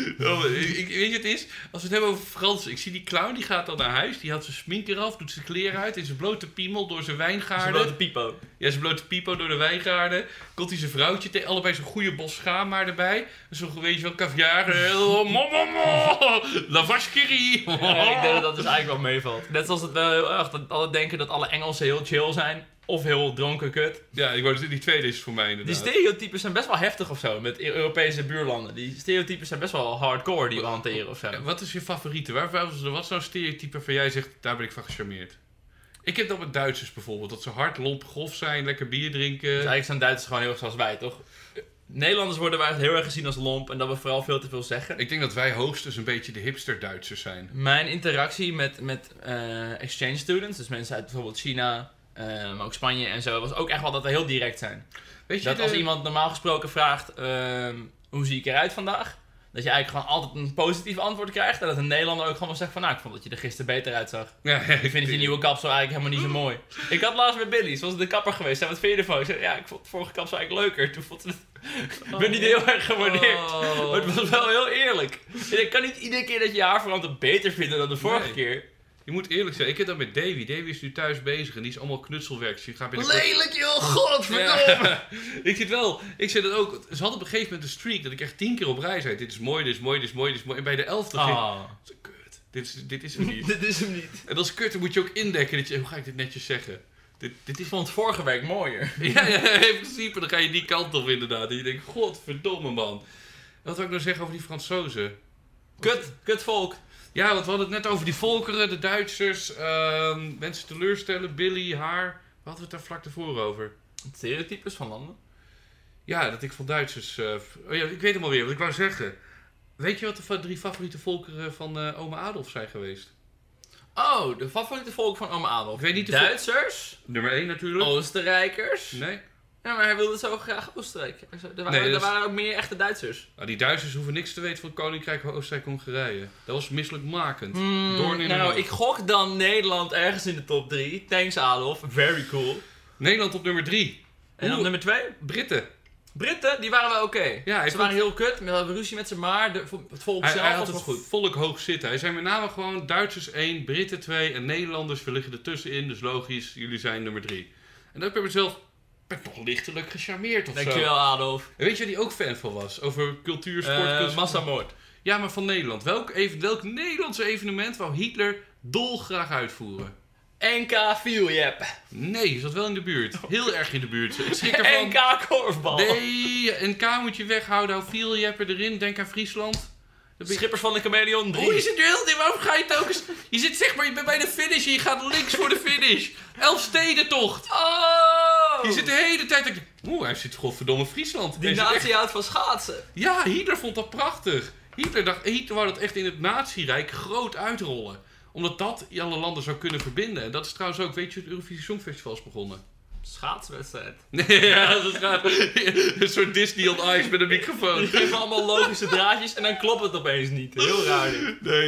Weet je het is? Als we het hebben over Frans. Ik zie die clown, die gaat dan naar huis. Die haalt zijn smink eraf, doet zijn kleren uit. In zijn blote piemel door zijn wijngaarden. Zo'n blote pipo. Ja, zijn blote pipo door de wijngaarden. Komt hij zijn vrouwtje tegen. Allebei zo'n goede bos schaamhaar erbij. Zo'n, weet je wel, caviar. La vache qui rit. Ja, ik denk dat dat dus eigenlijk wel meevalt. Net zoals het wel heel erg dat alle denken dat alle Engelsen heel chill zijn. of heel dronken kut. Ja, ik wou die tweede is voor mij Die inderdaad. stereotypes zijn best wel heftig of zo, met Europese buurlanden. Die stereotypes zijn best wel hardcore die we hanteren of zo. Wat is je favoriete? Wat is zo'n stereotype waarvan jij zegt, daar ben ik van gecharmeerd? Ik heb dat met Duitsers bijvoorbeeld. Dat ze hard, lomp, grof zijn, lekker bier drinken. Dus eigenlijk zijn Duitsers gewoon heel erg zoals wij, toch? Nederlanders worden wij echt heel erg gezien als lomp en dat we vooral veel te veel zeggen. Ik denk dat wij hoogstens een beetje de hipster-Duitsers zijn. Mijn interactie met exchange students, dus mensen uit bijvoorbeeld China, maar ook Spanje en zo, was ook echt wel dat we heel direct zijn. Weet je, Dat als iemand normaal gesproken vraagt, hoe zie ik eruit vandaag? Dat je eigenlijk gewoon altijd een positief antwoord krijgt. En dat een Nederlander ook gewoon wel zegt van, nou, ik vond dat je er gisteren beter uitzag. Ja, Ik vind je nieuwe kapsel eigenlijk helemaal niet zo mooi. Ik had laatst met Billy, ze was de kapper geweest. Zei, wat vind je ervan? Ik zei, ja, ik vond de vorige kapsel eigenlijk leuker. Toen vond ze het... Ik ben niet heel erg gewaardeerd. Oh. Maar het was wel heel eerlijk. En ik kan niet iedere keer dat je haar verandert beter vinden dan de vorige keer. Je moet eerlijk zijn, ik heb dat met Davy. Davy is nu thuis bezig en die is allemaal knutselwerk. Dus je gaat Lelijk joh, godverdomme. Ja. Ik zei dat ook. Ze had op een gegeven moment een streak dat ik echt 10 keer op rij zei. Dit is mooi, dit is mooi, dit is mooi, dit is mooi. En bij de 11e ging kut. Dit is hem niet. Dit is hem niet. En als kut, dan moet je ook indekken. Dat je, hoe ga ik dit netjes zeggen? Dit is... Ik vond het vorige week mooier. Ja, in principe. Dan ga je die kant op inderdaad. En je denkt, godverdomme man. Wat wil ik nou zeggen over die Fransozen? Kut volk. Ja, want we hadden het net over die volkeren, de Duitsers, mensen teleurstellen, Billy, haar. Waar hadden we het daar vlak ervoor over? Stereotypes van landen. Ja, dat ik van Duitsers... oh ja, ik weet hem alweer, wat ik wou zeggen. Weet je wat de 3 favoriete volkeren van oma Adolf zijn geweest? Oh, de favoriete volk van oma Adolf. Ik weet niet de Duitsers, Nummer 1 natuurlijk. Oostenrijkers. Nee. Ja, maar hij wilde zo graag Oostenrijk. Er waren ook meer echte Duitsers. Nou, die Duitsers hoeven niks te weten van Koninkrijk Oostenrijk-Hongarije. Dat was misselijkmakend. Ik gok dan Nederland ergens in de top 3. Thanks Adolf, very cool. Nederland op nummer 3. En dan nummer 2? Britten. Britten, die waren wel oké. Ja, ze waren heel kut, we hadden ruzie met ze, maar het volk zelf hij was had wel het goed. volk hoog zitten. Hij zei met name gewoon Duitsers 1, Britten 2 en Nederlanders, we liggen ertussenin. Dus logisch, jullie zijn nummer 3. En dat heb ik mezelf... ben toch lichtelijk gecharmeerd of zo. Dankjewel Adolf. En weet je waar die ook fan van was? Over cultuur, sport, kunst... Massamoord. Ja, maar van Nederland. Welk Nederlandse evenement wou Hitler dolgraag uitvoeren? NK Vieljep. Nee, je zat wel in de buurt. Heel erg in de buurt. Ik schrik ervan. NK Korfbal. Nee, NK moet je weghouden. Hou veel jeppen erin. Denk aan Friesland. Schippers van de Chameleon 3. Oh, je zit nu heel diep. Waarom ga je telkens... Je zit zeg maar, je bent bij de finish en je gaat links voor de finish. Elfstedentocht. Oh! Je zit de hele tijd... hij zit godverdomme Friesland. Die natie houdt van schaatsen. Ja, Hitler vond dat prachtig. Hitler wou dat echt in het nazi-rijk groot uitrollen. Omdat dat alle landen zou kunnen verbinden. En dat is trouwens ook, weet je, het Eurovisie Songfestival is begonnen. Schaatswedstrijd. Nee, ja, dat gaat een soort Disney on Ice met een microfoon. Die geven allemaal logische draadjes en dan klopt het opeens niet. Heel raar dit. Nee,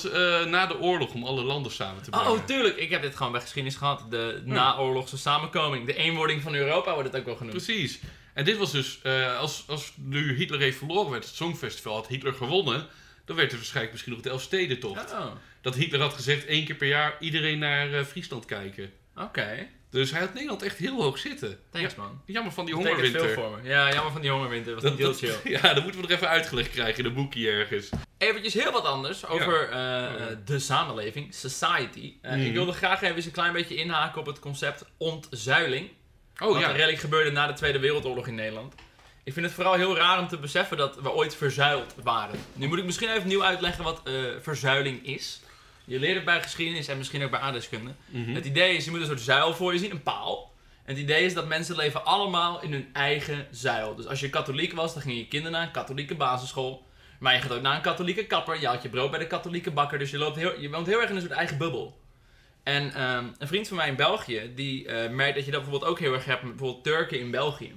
na de oorlog om alle landen samen te brengen. Oh, tuurlijk. Ik heb dit gewoon bij geschiedenis gehad. De naoorlogse samenkoming. De eenwording van Europa wordt het ook wel genoemd. Precies. En dit was dus, als nu Hitler heeft verloren werd, het Songfestival, had Hitler gewonnen, dan werd er waarschijnlijk misschien nog de Elfstedentocht. Oh. Dat Hitler had gezegd, 1 keer per jaar iedereen naar Friesland kijken. Oké. Dus hij had Nederland echt heel hoog zitten. Thanks man. Jammer van die Betekent veel hongerwinter. voor me. Ja, jammer van die hongerwinter. Dat was niet heel chill. Ja, dat moeten we nog even uitgelegd krijgen in een boekje ergens. Eventjes heel wat anders over de samenleving, society. Ik wilde graag even eens een klein beetje inhaken op het concept ontzuiling. Wat er redelijk gebeurde na de Tweede Wereldoorlog in Nederland. Ik vind het vooral heel raar om te beseffen dat we ooit verzuild waren. Nu moet ik misschien even opnieuw uitleggen wat verzuiling is. Je leert het bij geschiedenis en misschien ook bij aardrijkskunde. Het idee is, je moet een soort zuil voor je zien, een paal. En het idee is dat mensen leven allemaal in hun eigen zuil. Dus als je katholiek was, dan ging je kinderen naar een katholieke basisschool. Maar je gaat ook naar een katholieke kapper. Je haalt je brood bij de katholieke bakker. Dus je woont heel erg in een soort eigen bubbel. En een vriend van mij in België, die merkt dat je dat bijvoorbeeld ook heel erg hebt met bijvoorbeeld Turken in België.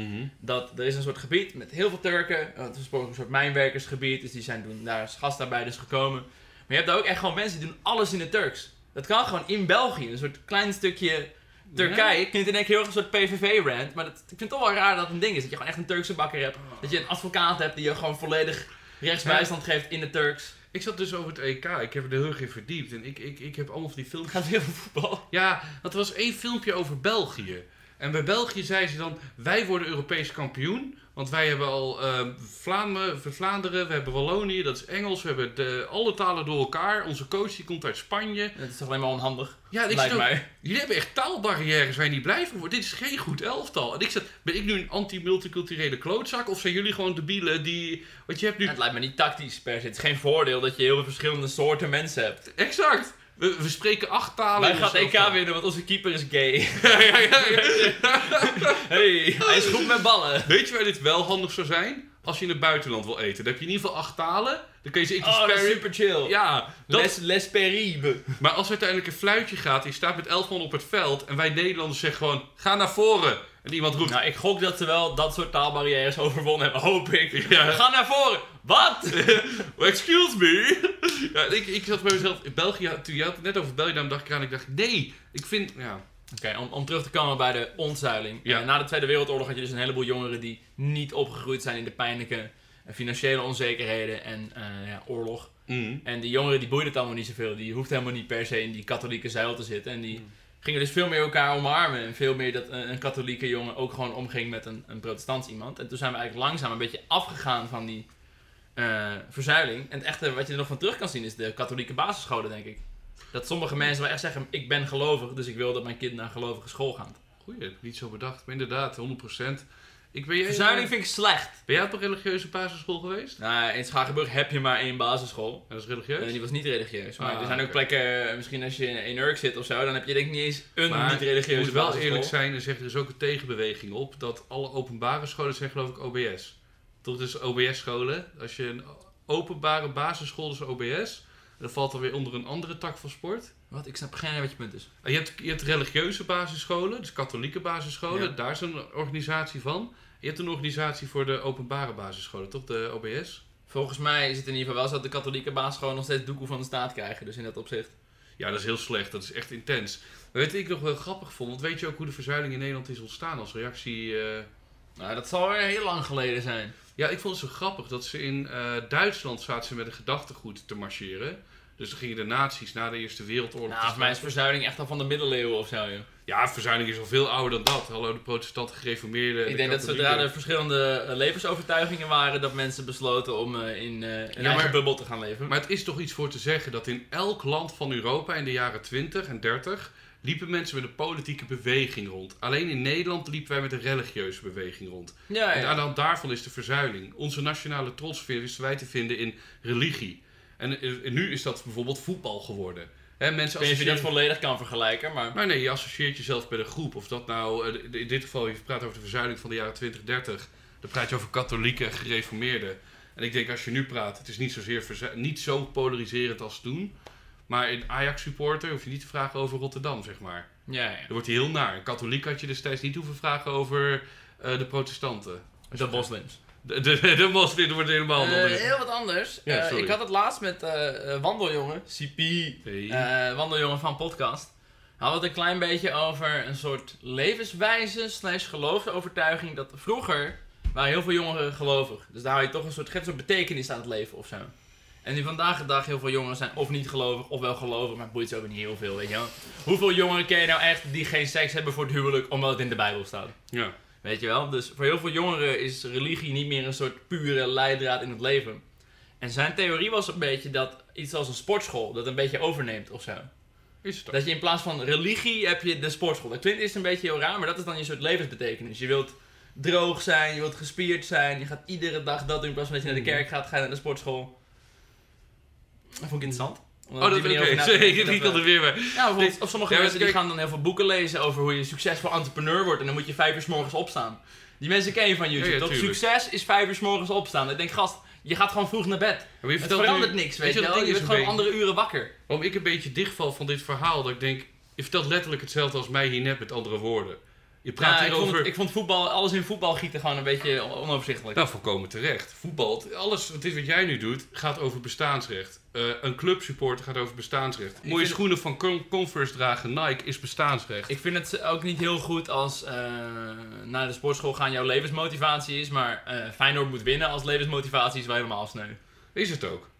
Dat er is een soort gebied met heel veel Turken. Het is een soort mijnwerkersgebied, dus die zijn toen daar als gastarbeiders gekomen. Maar je hebt daar ook echt gewoon mensen die doen alles in het Turks. Dat kan gewoon in België, een soort klein stukje Turkije. Ik vind het in één keer heel erg een soort PVV-rant, maar ik vind het toch wel raar dat het een ding is. Dat je gewoon echt een Turkse bakker hebt. Dat je een advocaat hebt die je gewoon volledig rechtsbijstand geeft in het Turks. Ik zat dus over het EK, ik heb er heel erg in verdiept en ik heb allemaal van die filmpjes. Gaat weer over voetbal. Ja, want er was 1 filmpje over België. En bij België zei ze dan, wij worden Europees kampioen. Want wij hebben al Vlaanderen, we hebben Wallonië, dat is Engels. We hebben alle talen door elkaar. Onze coach die komt uit Spanje. Dat is toch alleen maar onhandig? Ja, Lijkt mij. Jullie hebben echt taalbarrières waar je niet blij van wordt. Dit is geen goed elftal. En ik zeg, ben ik nu een anti-multiculturele klootzak? Of zijn jullie gewoon debielen die... Want je hebt nu... Het lijkt me niet tactisch per se. Het is geen voordeel dat je heel veel verschillende soorten mensen hebt. Exact. We spreken 8 talen. Wij in gaan ons EK elftal. winnen, want onze keeper is gay. ja. Hey, hij is goed met ballen. Weet je waar dit wel handig zou zijn? Als je in het buitenland wil eten. Dan heb je in ieder geval 8 talen. Dan kun je ze Oh, dat is super chill. Ja, Les Peribe. maar als er uiteindelijk een fluitje gaat, je staat met 11 man op het veld en wij Nederlanders zeggen gewoon, ga naar voren. En iemand roept, Nou, ik gok dat ze wel dat soort taalbarrières overwonnen hebben, hoop ik. Ja. Ga naar voren. Wat? excuse me. Ja, ik zat bij mezelf, in België, toen je had het net over België, dan dacht ik eraan, ik dacht, nee, ik vind, ja. Oké, om terug te komen bij de ontzuiling. Ja. Na de Tweede Wereldoorlog had je dus een heleboel jongeren die niet opgegroeid zijn in de pijnlijke financiële onzekerheden en oorlog. En die jongeren die boeiden het allemaal niet zoveel. Die hoefden helemaal niet per se in die katholieke zuil te zitten. En die gingen dus veel meer elkaar omarmen. En veel meer dat een katholieke jongen ook gewoon omging met een protestants iemand. En toen zijn we eigenlijk langzaam een beetje afgegaan van die verzuiling. En het echte wat je er nog van terug kan zien is de katholieke basisscholen, denk ik. Dat sommige mensen wel echt zeggen, ik ben gelovig, dus ik wil dat mijn kind naar een gelovige school gaat. Goeie, niet zo bedacht, maar inderdaad, 100%. Verzuiling vind ik slecht. Ben jij op een religieuze basisschool geweest? Nou, in Schagenburg heb je maar 1 basisschool. Dat is religieus? Die was niet religieus. Maar Ah, er zijn ook oké. plekken, misschien als je in Urk zit of zo, dan heb je denk ik niet eens een Maar niet-religieuze je moet wel basisschool. eerlijk zijn en zeggen, er is ook een tegenbeweging op dat alle openbare scholen zijn geloof ik OBS. Toch dus OBS-scholen. Als je een openbare basisschool is OBS, dan valt er weer onder een andere tak van sport. Wat? Ik snap geen idee wat je punt is. En je hebt religieuze basisscholen, dus katholieke basisscholen, Ja. daar is een organisatie van. Je hebt een organisatie voor de openbare basisscholen, toch? De OBS? Volgens mij is het in ieder geval wel zo dat de katholieke basisscholen nog steeds doekoe van de staat krijgen. Dus in dat opzicht. Ja, dat is heel slecht. Dat is echt intens. Maar weet je wat ik nog wel grappig vond? Want weet je ook hoe de verzuiling in Nederland is ontstaan als reactie? Nou, dat zal weer heel lang geleden zijn. Ja, ik vond het zo grappig dat ze in Duitsland zaten ze met een gedachtegoed te marcheren. Dus dan gingen de nazi's na de Eerste Wereldoorlog... Nou, voor mij is verzuiling echt al van de middeleeuwen of zo, joh. Ja, verzuiling is al veel ouder dan dat. Hallo, de protestanten, gereformeerden... Ik denk dat zodra er verschillende levensovertuigingen waren, dat mensen besloten om in een eigen bubbel te gaan leven. Maar het is toch iets voor te zeggen dat in elk land van Europa in de jaren 20 en 30 liepen mensen met een politieke beweging rond. Alleen in Nederland liepen wij met een religieuze beweging rond. Ja, En ja. aan de hand daarvan is de verzuiling. Onze nationale trots wisten wij te vinden in religie. En nu is dat bijvoorbeeld voetbal geworden. Hè, mensen Ik weet niet of je dat associëren... volledig kan vergelijken, maar... Maar nee, je associeert jezelf bij de groep. Of dat nou, in dit geval, je praat over de verzuiling van de jaren 20, 30. Dan praat je over katholieken en gereformeerden. En ik denk, als je nu praat, het is niet zozeer niet zo polariserend als toen. Maar een Ajax-supporter hoef je niet te vragen over Rotterdam, zeg maar. Ja. Dan wordt hij heel naar. Een katholiek had je destijds niet hoeven vragen over de protestanten. De moslims. De moslim wordt helemaal anders. Heel wat anders. Ja, sorry. Ik had het laatst met Wandeljongen, CP, Wandeljongen van podcast. We hadden het een klein beetje over een soort levenswijze / geloofsovertuiging. Dat vroeger waren heel veel jongeren gelovig. Dus daar hou je toch een soort betekenis aan het leven of zo. En nu vandaag de dag heel veel jongeren zijn of niet gelovig of wel gelovig, maar het boeit ze ook niet heel veel, weet je wel. Hoeveel jongeren ken je nou echt die geen seks hebben voor het huwelijk omdat het in de Bijbel staat? Ja. Weet je wel? Dus voor heel veel jongeren is religie niet meer een soort pure leidraad in het leven. En zijn theorie was een beetje dat iets als een sportschool dat een beetje overneemt of zo. Is het ook. Dat je in plaats van religie heb je de sportschool. Dat klinkt eerst een beetje heel raar, maar dat is dan je soort levensbetekenis. Je wilt droog zijn, je wilt gespierd zijn, je gaat iedere dag dat doen in plaats van dat je naar de kerk gaat, ga je naar de sportschool. Dat vond ik interessant. Oh, dat is oké. Die kan er weer bij. Ja, bijvoorbeeld, of sommige Ja, mensen die kijk- gaan dan heel veel boeken lezen over hoe je succesvol entrepreneur wordt. En dan moet je 5 uur 's morgens opstaan. Die mensen ken je van YouTube. Ja, toch? tuurlijk. Succes is 5 uur 's morgens opstaan. Ik denk, gast, je gaat gewoon vroeg naar bed. Maar je Het vertelt verandert nu- niks, weet je wat wel. het Je ding bent is gewoon een andere uren wakker. beetje- Waarom ik een beetje dichtval van dit verhaal, dat ik denk, je vertelt letterlijk hetzelfde als mij hier net met andere woorden. Je praat Ja, hier ik, over... vond, ik vond voetbal, alles in voetbal gieten gewoon een beetje onoverzichtelijk. Nou, volkomen terecht. Voetbal, alles wat jij nu doet, gaat over bestaansrecht. Een clubsupporter gaat over bestaansrecht. Mooie vind- schoenen van Converse dragen, Nike, is bestaansrecht. Ik vind het ook niet heel goed als naar de sportschool gaan jouw levensmotivatie is. Maar Feyenoord moet winnen als levensmotivatie is wel helemaal sneu. Is het ook.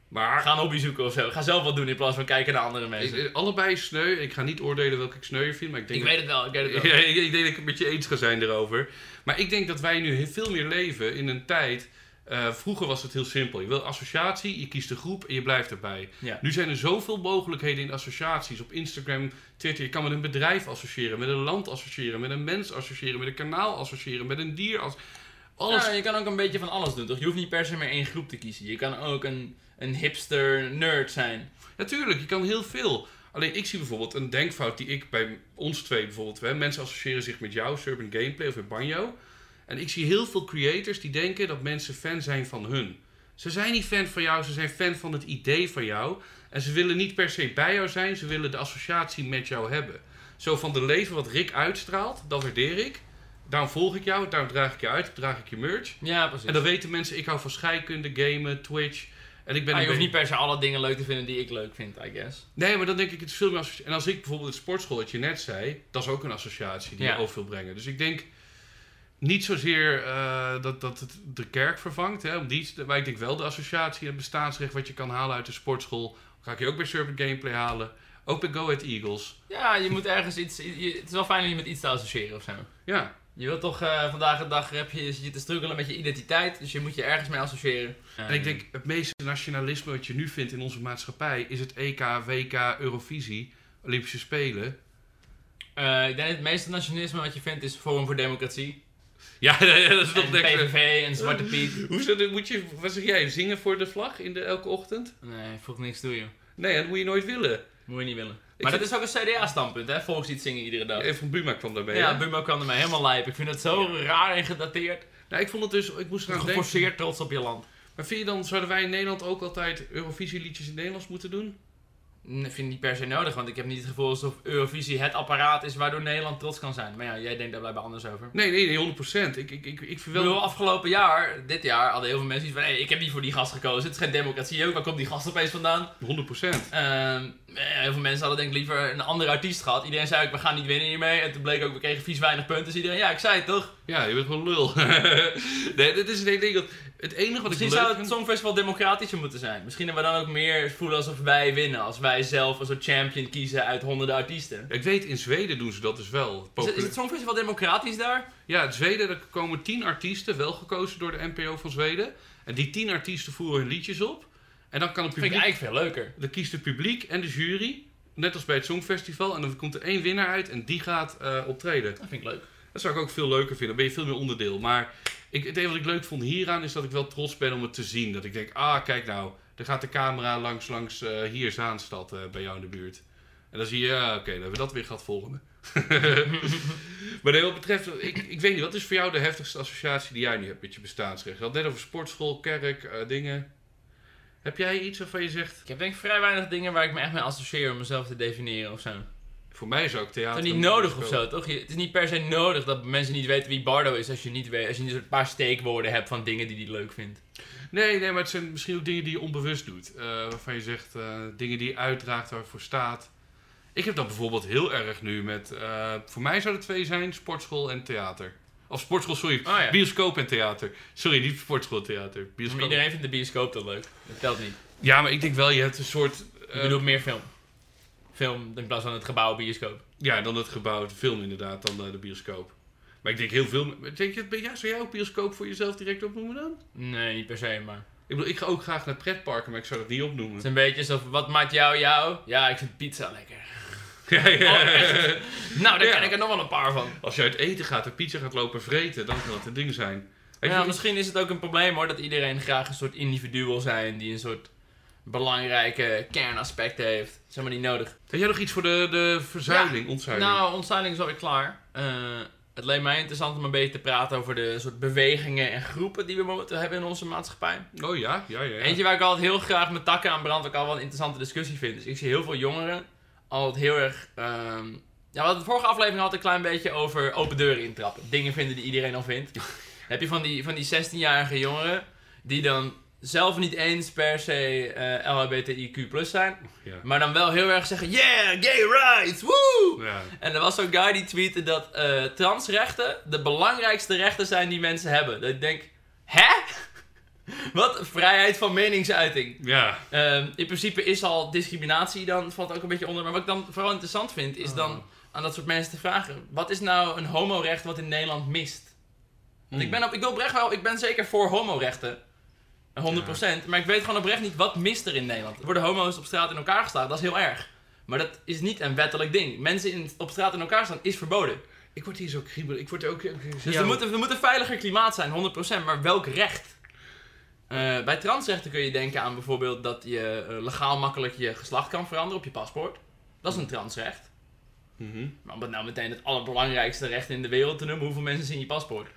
Maar Ga een hobby zoeken of zo. Ga zelf wat doen in plaats van kijken naar andere mensen. allebei sneu. Ik ga niet oordelen welke ik sneuier vind, maar ik denk... Ik weet het wel. Ja, ik denk dat ik het met je eens ga zijn erover. Maar ik denk dat wij nu veel meer leven in een tijd... vroeger was het heel simpel. Je wil associatie, je kiest een groep en je blijft erbij. Ja. Nu zijn er zoveel mogelijkheden in associaties. Op Instagram, Twitter. Je kan met een bedrijf associëren, met een land associëren, met een mens associëren, met een kanaal associëren, met een dier. Alles. Ja, je kan ook een beetje van alles doen, toch? Je hoeft niet per se maar één groep te kiezen. Je kan ook een hipster nerd zijn. Natuurlijk, je kan heel veel. Alleen ik zie bijvoorbeeld een denkfout die ik bij ons twee bijvoorbeeld... Mensen associëren zich met jou, Serpent Gameplay of met Banjo. En ik zie heel veel creators die denken dat mensen fan zijn van hun. Ze zijn niet fan van jou, ze zijn fan van het idee van jou. En ze willen niet per se bij jou zijn, ze willen de associatie met jou hebben. Zo van de leven wat Rick uitstraalt, dat waardeer ik. Daarom volg ik jou, daarom draag ik je uit, draag ik je merch. Ja, precies. En dan weten mensen, ik hou van scheikunde, gamen, Twitch... En ik ben je hoeft niet per se alle dingen leuk te vinden die ik leuk vind, I guess. Nee, maar dan denk ik, het is veel meer associatie. En als ik bijvoorbeeld het sportschool, wat je net zei, dat is ook een associatie die je over wil brengen. Dus ik denk niet zozeer dat het de kerk vervangt, hè, maar ik denk wel de associatie, het bestaansrecht wat je kan halen uit de sportschool. Ga ik je ook bij Serpent Gameplay halen. Ook bij Go Ahead Eagles. Ja, je moet ergens iets... het is wel fijn om je met iets te associëren of zo. Ja. Je wilt toch vandaag de dag zit je te struggelen met je identiteit, dus je moet je ergens mee associëren. En ik denk, het meeste nationalisme wat je nu vindt in onze maatschappij is het EK, WK, Eurovisie, Olympische Spelen. Ik denk het meeste nationalisme wat je vindt is Forum voor Democratie. Ja, dat is nog en PVV en Zwarte Piet. Wat zeg jij, zingen voor de vlag elke ochtend? Nee, voegt niks toe, joh. Nee, dat moet je nooit willen. Moet je niet willen. Maar dat is ook een CDA-standpunt, hè? Volkslied zingen iedere dag. Van Buma kwam daarbij. Ja, Buma kwam ermee helemaal lijp. Ik vind het zo raar en gedateerd. Nou, ik vond het dus... Ik moest eraan denken. Geforceerd trots op je land. Maar vind je dan, zouden wij in Nederland ook altijd Eurovisieliedjes in het Nederlands moeten doen? Nee, vind ik niet per se nodig, want ik heb niet het gevoel alsof Eurovisie het apparaat is waardoor Nederland trots kan zijn. Maar ja, jij denkt daar blijkbaar anders over. Nee, 100%. Ik vind wel... afgelopen dit jaar, hadden heel veel mensen iets van, hey, ik heb niet voor die gast gekozen. Het is geen democratie ook, waar komt die gast opeens vandaan? 100%. Heel veel mensen hadden denk ik liever een andere artiest gehad. Iedereen zei ook, we gaan niet winnen hiermee. En toen bleek ook, we kregen vies weinig punten. Dus iedereen, ja, ik zei het toch? Ja, je bent gewoon lul. Nee, dit is het ding. Het enige wat Misschien zou het Songfestival democratischer moeten zijn. Misschien hebben we dan ook meer voelen alsof wij winnen. Als wij zelf een soort champion kiezen uit honderden artiesten. Ik weet, in Zweden doen ze dat dus wel. Is het Songfestival democratisch daar? Ja, in Zweden er komen 10 artiesten, wel gekozen door de NPO van Zweden. En die 10 artiesten voeren hun liedjes op. En dan kan het publiek... Dat vind ik eigenlijk veel leuker. Dan kiest het publiek en de jury, net als bij het Songfestival. En dan komt er 1 winnaar uit en die gaat optreden. Dat vind ik leuk. Dat zou ik ook veel leuker vinden. Dan ben je veel meer onderdeel. Maar het enige wat ik leuk vond hieraan is dat ik wel trots ben om het te zien. Dat ik denk, kijk nou, er gaat de camera langs hier Zaanstad bij jou in de buurt. En dan zie je, oké, dan hebben we dat weer gehad volgende. Maar wat betreft, ik weet niet, wat is voor jou de heftigste associatie die jij nu hebt met je bestaansrecht? Je had net over sportschool, kerk, dingen. Heb jij iets waarvan je zegt... Ik heb denk ik vrij weinig dingen waar ik me echt mee associeer om mezelf te definiëren of zo. Voor mij zou ik theater... Het is niet nodig of zo, toch? Het is niet per se nodig dat mensen niet weten wie Bardo is als je niet een paar steekwoorden hebt van dingen die hij leuk vindt. Nee, maar het zijn misschien ook dingen die je onbewust doet. Waarvan je zegt, dingen die je uitdraagt, waar je voor staat. Ik heb dat bijvoorbeeld heel erg nu met... voor mij zouden het 2 zijn, sportschool en theater. Of sportschool, sorry. Oh, ja. Bioscoop en theater. Sorry, niet sportschool, theater. Bioscoop. Maar iedereen vindt de bioscoop dan leuk. Dat telt niet. Ja, maar ik denk wel, je hebt een soort... Je bedoelt meer film. Film in plaats van het gebouw bioscoop. Ja, dan het gebouw, de film inderdaad, dan de bioscoop. Maar ik denk heel veel... Zou jij ook bioscoop voor jezelf direct opnoemen dan? Nee, niet per se, maar... Ik bedoel, ik ga ook graag naar pretparken, maar ik zou dat niet opnoemen. Het is een beetje alsof, wat maakt jou? Ja, ik vind pizza lekker. Nou, daar ken ik er nog wel een paar van. Als je uit eten gaat en pizza gaat lopen vreten, dan kan dat een ding zijn. Misschien is het ook een probleem hoor, dat iedereen graag een soort individu wil zijn, die een soort belangrijke kernaspect heeft. Dat is helemaal niet nodig. Heb jij nog iets voor de verzuiling, ontzuiling? Nou, ontzuiling is alweer klaar. Het leek mij interessant om een beetje te praten over de soort bewegingen en groepen die we momenteel hebben in onze maatschappij. Oh ja. Eentje waar ik altijd heel graag mijn takken aan brand, ook al wel een interessante discussie vind. Dus ik zie heel veel jongeren altijd heel erg... we hadden de vorige aflevering altijd een klein beetje over open deuren intrappen. Dingen vinden die iedereen al vindt. Dan heb je van die 16-jarige jongeren die dan zelf niet eens per se LHBTIQ+ zijn. Ja. Maar dan wel heel erg zeggen, yeah, gay rights, woo! Ja. En er was zo'n guy die tweette dat transrechten de belangrijkste rechten zijn die mensen hebben. Dat ik denk, hè? Wat? Vrijheid van meningsuiting. Ja. In principe is al discriminatie, dan valt ook een beetje onder. Maar wat ik dan vooral interessant vind, is dan aan dat soort mensen te vragen. Wat is nou een homorecht wat in Nederland mist? Want ik ben zeker voor homorechten. 100%. Maar ik weet gewoon oprecht niet, wat mist er in Nederland? Er worden homo's op straat in elkaar geslagen, dat is heel erg. Maar dat is niet een wettelijk ding. Mensen op straat in elkaar staan is verboden. Ik word hier zo kriebelig. Ik word ook... Dus er moet een veiliger klimaat zijn, 100%. Maar welk recht? Bij transrechten kun je denken aan bijvoorbeeld dat je legaal makkelijk je geslacht kan veranderen op je paspoort. Dat is een transrecht. Maar om het nou meteen het allerbelangrijkste recht in de wereld te noemen, hoeveel mensen zien je paspoort?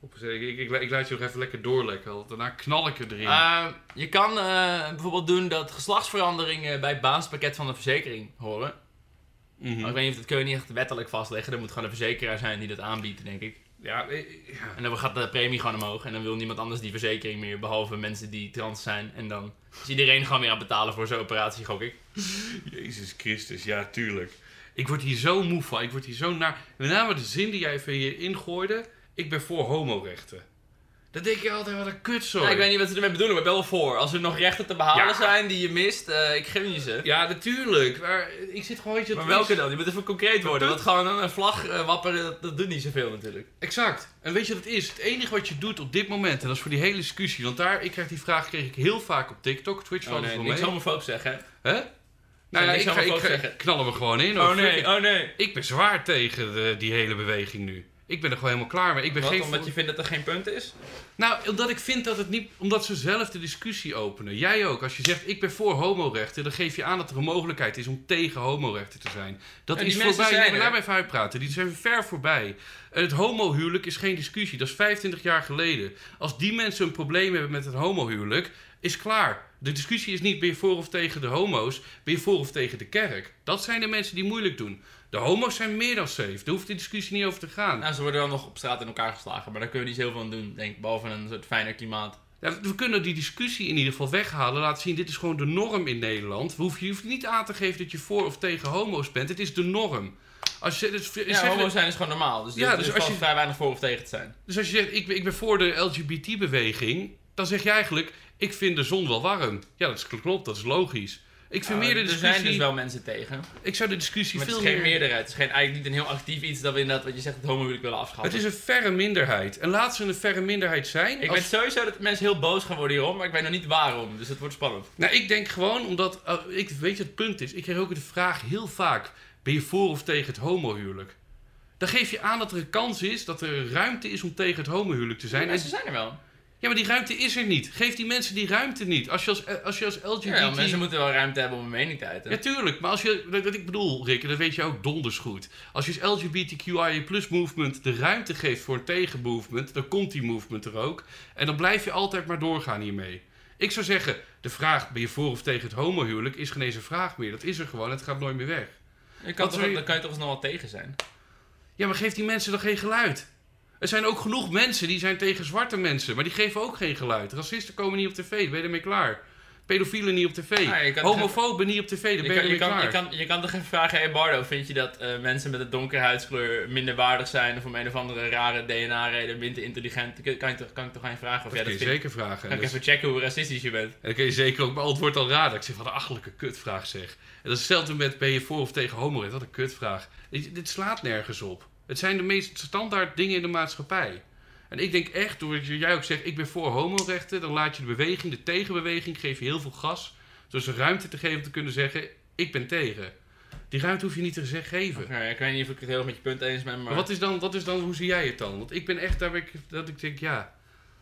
Ik laat je nog even lekker doorlekken. Daarna knal ik erin. Je kan bijvoorbeeld doen dat geslachtsveranderingen bij het basispakket van de verzekering horen. Maar ik weet niet of dat kun je niet echt wettelijk vastleggen. Er moet gewoon een verzekeraar zijn die dat aanbiedt, denk ik. Ja. En dan gaat de premie gewoon omhoog. En dan wil niemand anders die verzekering meer, behalve mensen die trans zijn. En dan is iedereen gewoon weer aan het betalen voor zo'n operatie, gok ik. Jezus Christus, ja, tuurlijk. Ik word hier zo moe van. Ik word hier zo naar... Met name de zin die jij even hier ingooide. Ik ben voor homorechten. Dat denk je altijd, wat een kutzooi. Ja, ik weet niet wat ze ermee bedoelen, maar ik ben wel voor. Als er nog rechten te behalen zijn die je mist, ik gun je ze. Ja, natuurlijk. Maar ik zit gewoon... Maar welke dan? Je moet even concreet worden. Want gewoon een vlag wapperen, dat doet niet zoveel natuurlijk. Exact. En weet je wat het is? Het enige wat je doet op dit moment, en dat is voor die hele discussie, want ik kreeg die vraag heel vaak op TikTok, Twitch van nee, niks homofoob zeggen, hè? Nou ja, ik knal hem er gewoon in. Oh nee. Ik ben zwaar tegen die hele beweging nu. Ik ben er gewoon helemaal klaar mee. Omdat je vindt dat er geen punt is? Nou, omdat ik vind dat het niet... Omdat ze zelf de discussie openen. Jij ook. Als je zegt, ik ben voor homorechten, dan geef je aan dat er een mogelijkheid is om tegen homorechten te zijn. Dat is voorbij. Laat me even uitpraten. Die zijn ver voorbij. Het homohuwelijk is geen discussie. Dat is 25 jaar geleden. Als die mensen een probleem hebben met het homohuwelijk, is klaar. De discussie is niet, ben je voor of tegen de homo's? Ben je voor of tegen de kerk? Dat zijn de mensen die moeilijk doen. De homo's zijn meer dan safe. Daar hoeft die discussie niet over te gaan. Nou, ze worden wel nog op straat in elkaar geslagen. Maar daar kun je niet zoveel aan doen, denk ik. Behalve een soort fijner klimaat. Ja, we kunnen die discussie in ieder geval weghalen. Laten zien, dit is gewoon de norm in Nederland. Je hoeft niet aan te geven dat je voor of tegen homo's bent. Het is de norm. Als je, homo's zijn is gewoon normaal. Dus er valt vrij weinig voor of tegen te zijn. Dus als je zegt, ik ben voor de LGBT-beweging, dan zeg je eigenlijk, ik vind de zon wel warm. Ja, dat klopt, dat is logisch. Ik vind meer de discussie... Er zijn dus wel mensen tegen. Ik zou de discussie maar veel het is geen meerderheid. Het is eigenlijk niet een heel actief iets dat we inderdaad, wat je zegt, het homohuwelijk willen afschaffen. Het is een verre minderheid. En laat ze een verre minderheid zijn. Ik weet sowieso dat mensen heel boos gaan worden hierom, maar ik weet nog niet waarom. Dus het wordt spannend. Nou, ik denk gewoon omdat... weet je, het punt is, ik kreeg ook de vraag heel vaak, ben je voor of tegen het homohuwelijk? Dan geef je aan dat er een kans is, dat er ruimte is om tegen het homohuwelijk te zijn. Ja, mensen zijn er wel. Ja, maar die ruimte is er niet. Geef die mensen die ruimte niet. Als je als LGBT... Ja, mensen moeten wel ruimte hebben om een mening te uiten. Ja, tuurlijk. Maar als je... Wat ik bedoel, Rick, en dat weet je ook donders goed. Als je als LGBTQIA+ movement de ruimte geeft voor een tegenmovement, dan komt die movement er ook. En dan blijf je altijd maar doorgaan hiermee. Ik zou zeggen, de vraag, ben je voor of tegen het homohuwelijk, is geen eens een vraag meer. Dat is er gewoon, het gaat nooit meer weg. Dan kan je toch eens nog wel tegen zijn. Ja, maar geef die mensen dan geen geluid. Er zijn ook genoeg mensen die zijn tegen zwarte mensen, maar die geven ook geen geluid. Racisten komen niet op tv, ben je ermee klaar. Pedofielen niet op tv. Homofoben niet op tv, dan ben je ermee klaar. Je kan toch even vragen, hey Bardo, vind je dat mensen met een donkere huidskleur minder waardig zijn of om een of andere rare DNA-reden minder intelligent? Kan ik toch aan je vragen of jij dat vindt? Zeker vragen. Kan ik even checken hoe racistisch je bent? En dan kun je zeker ook beantwoord al raden. Ik zeg, wat een achterlijke kutvraag zeg. En dat is hetzelfde met, ben je voor of tegen homorecht? Wat een kutvraag. Dit slaat nergens op. Het zijn de meest standaard dingen in de maatschappij. En ik denk echt, doordat jij ook zegt, ik ben voor homorechten, dan laat je de beweging, de tegenbeweging, geef je heel veel gas. Dus de ruimte te geven om te kunnen zeggen, ik ben tegen. Die ruimte hoef je niet te geven. Okay, ik weet niet of ik het heel erg met je punt eens ben, maar... Wat is dan, hoe zie jij het dan? Want ik ben echt dat ik denk, ja...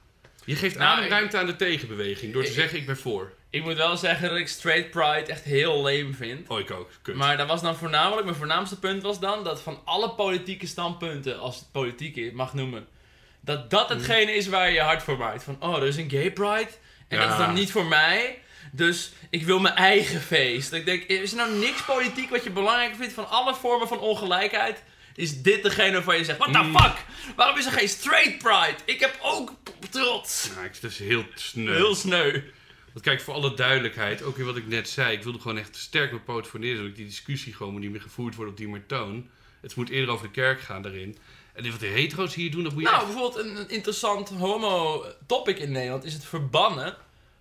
Je geeft ruimte aan de tegenbeweging door te zeggen, ik ben voor. Ik moet wel zeggen dat ik straight pride echt heel lame vind. Oh, ik ook. Kut. Maar dat was dan voornamelijk, mijn voornaamste punt was dan, dat van alle politieke standpunten, als het politiek mag noemen, dat hetgene is waar je je hart voor maakt. Van, er is een gay pride en dat is dan niet voor mij, dus ik wil mijn eigen feest. Ik denk, is er nou niks politiek wat je belangrijk vindt van alle vormen van ongelijkheid? Is dit degene waarvan je zegt, what the fuck? Waarom is er geen straight pride? Ik heb ook trots. Nou, dat is heel sneu. Heel sneu. Want kijk, voor alle duidelijkheid, ook weer wat ik net zei, ik wilde gewoon echt sterk mijn poot voor neerzetten, dat die discussie gewoon moet niet meer gevoerd worden op die maar toon. Het moet eerder over de kerk gaan daarin. En wat de hetero's hier doen, dat moet je bijvoorbeeld een interessant homo-topic in Nederland is het verbannen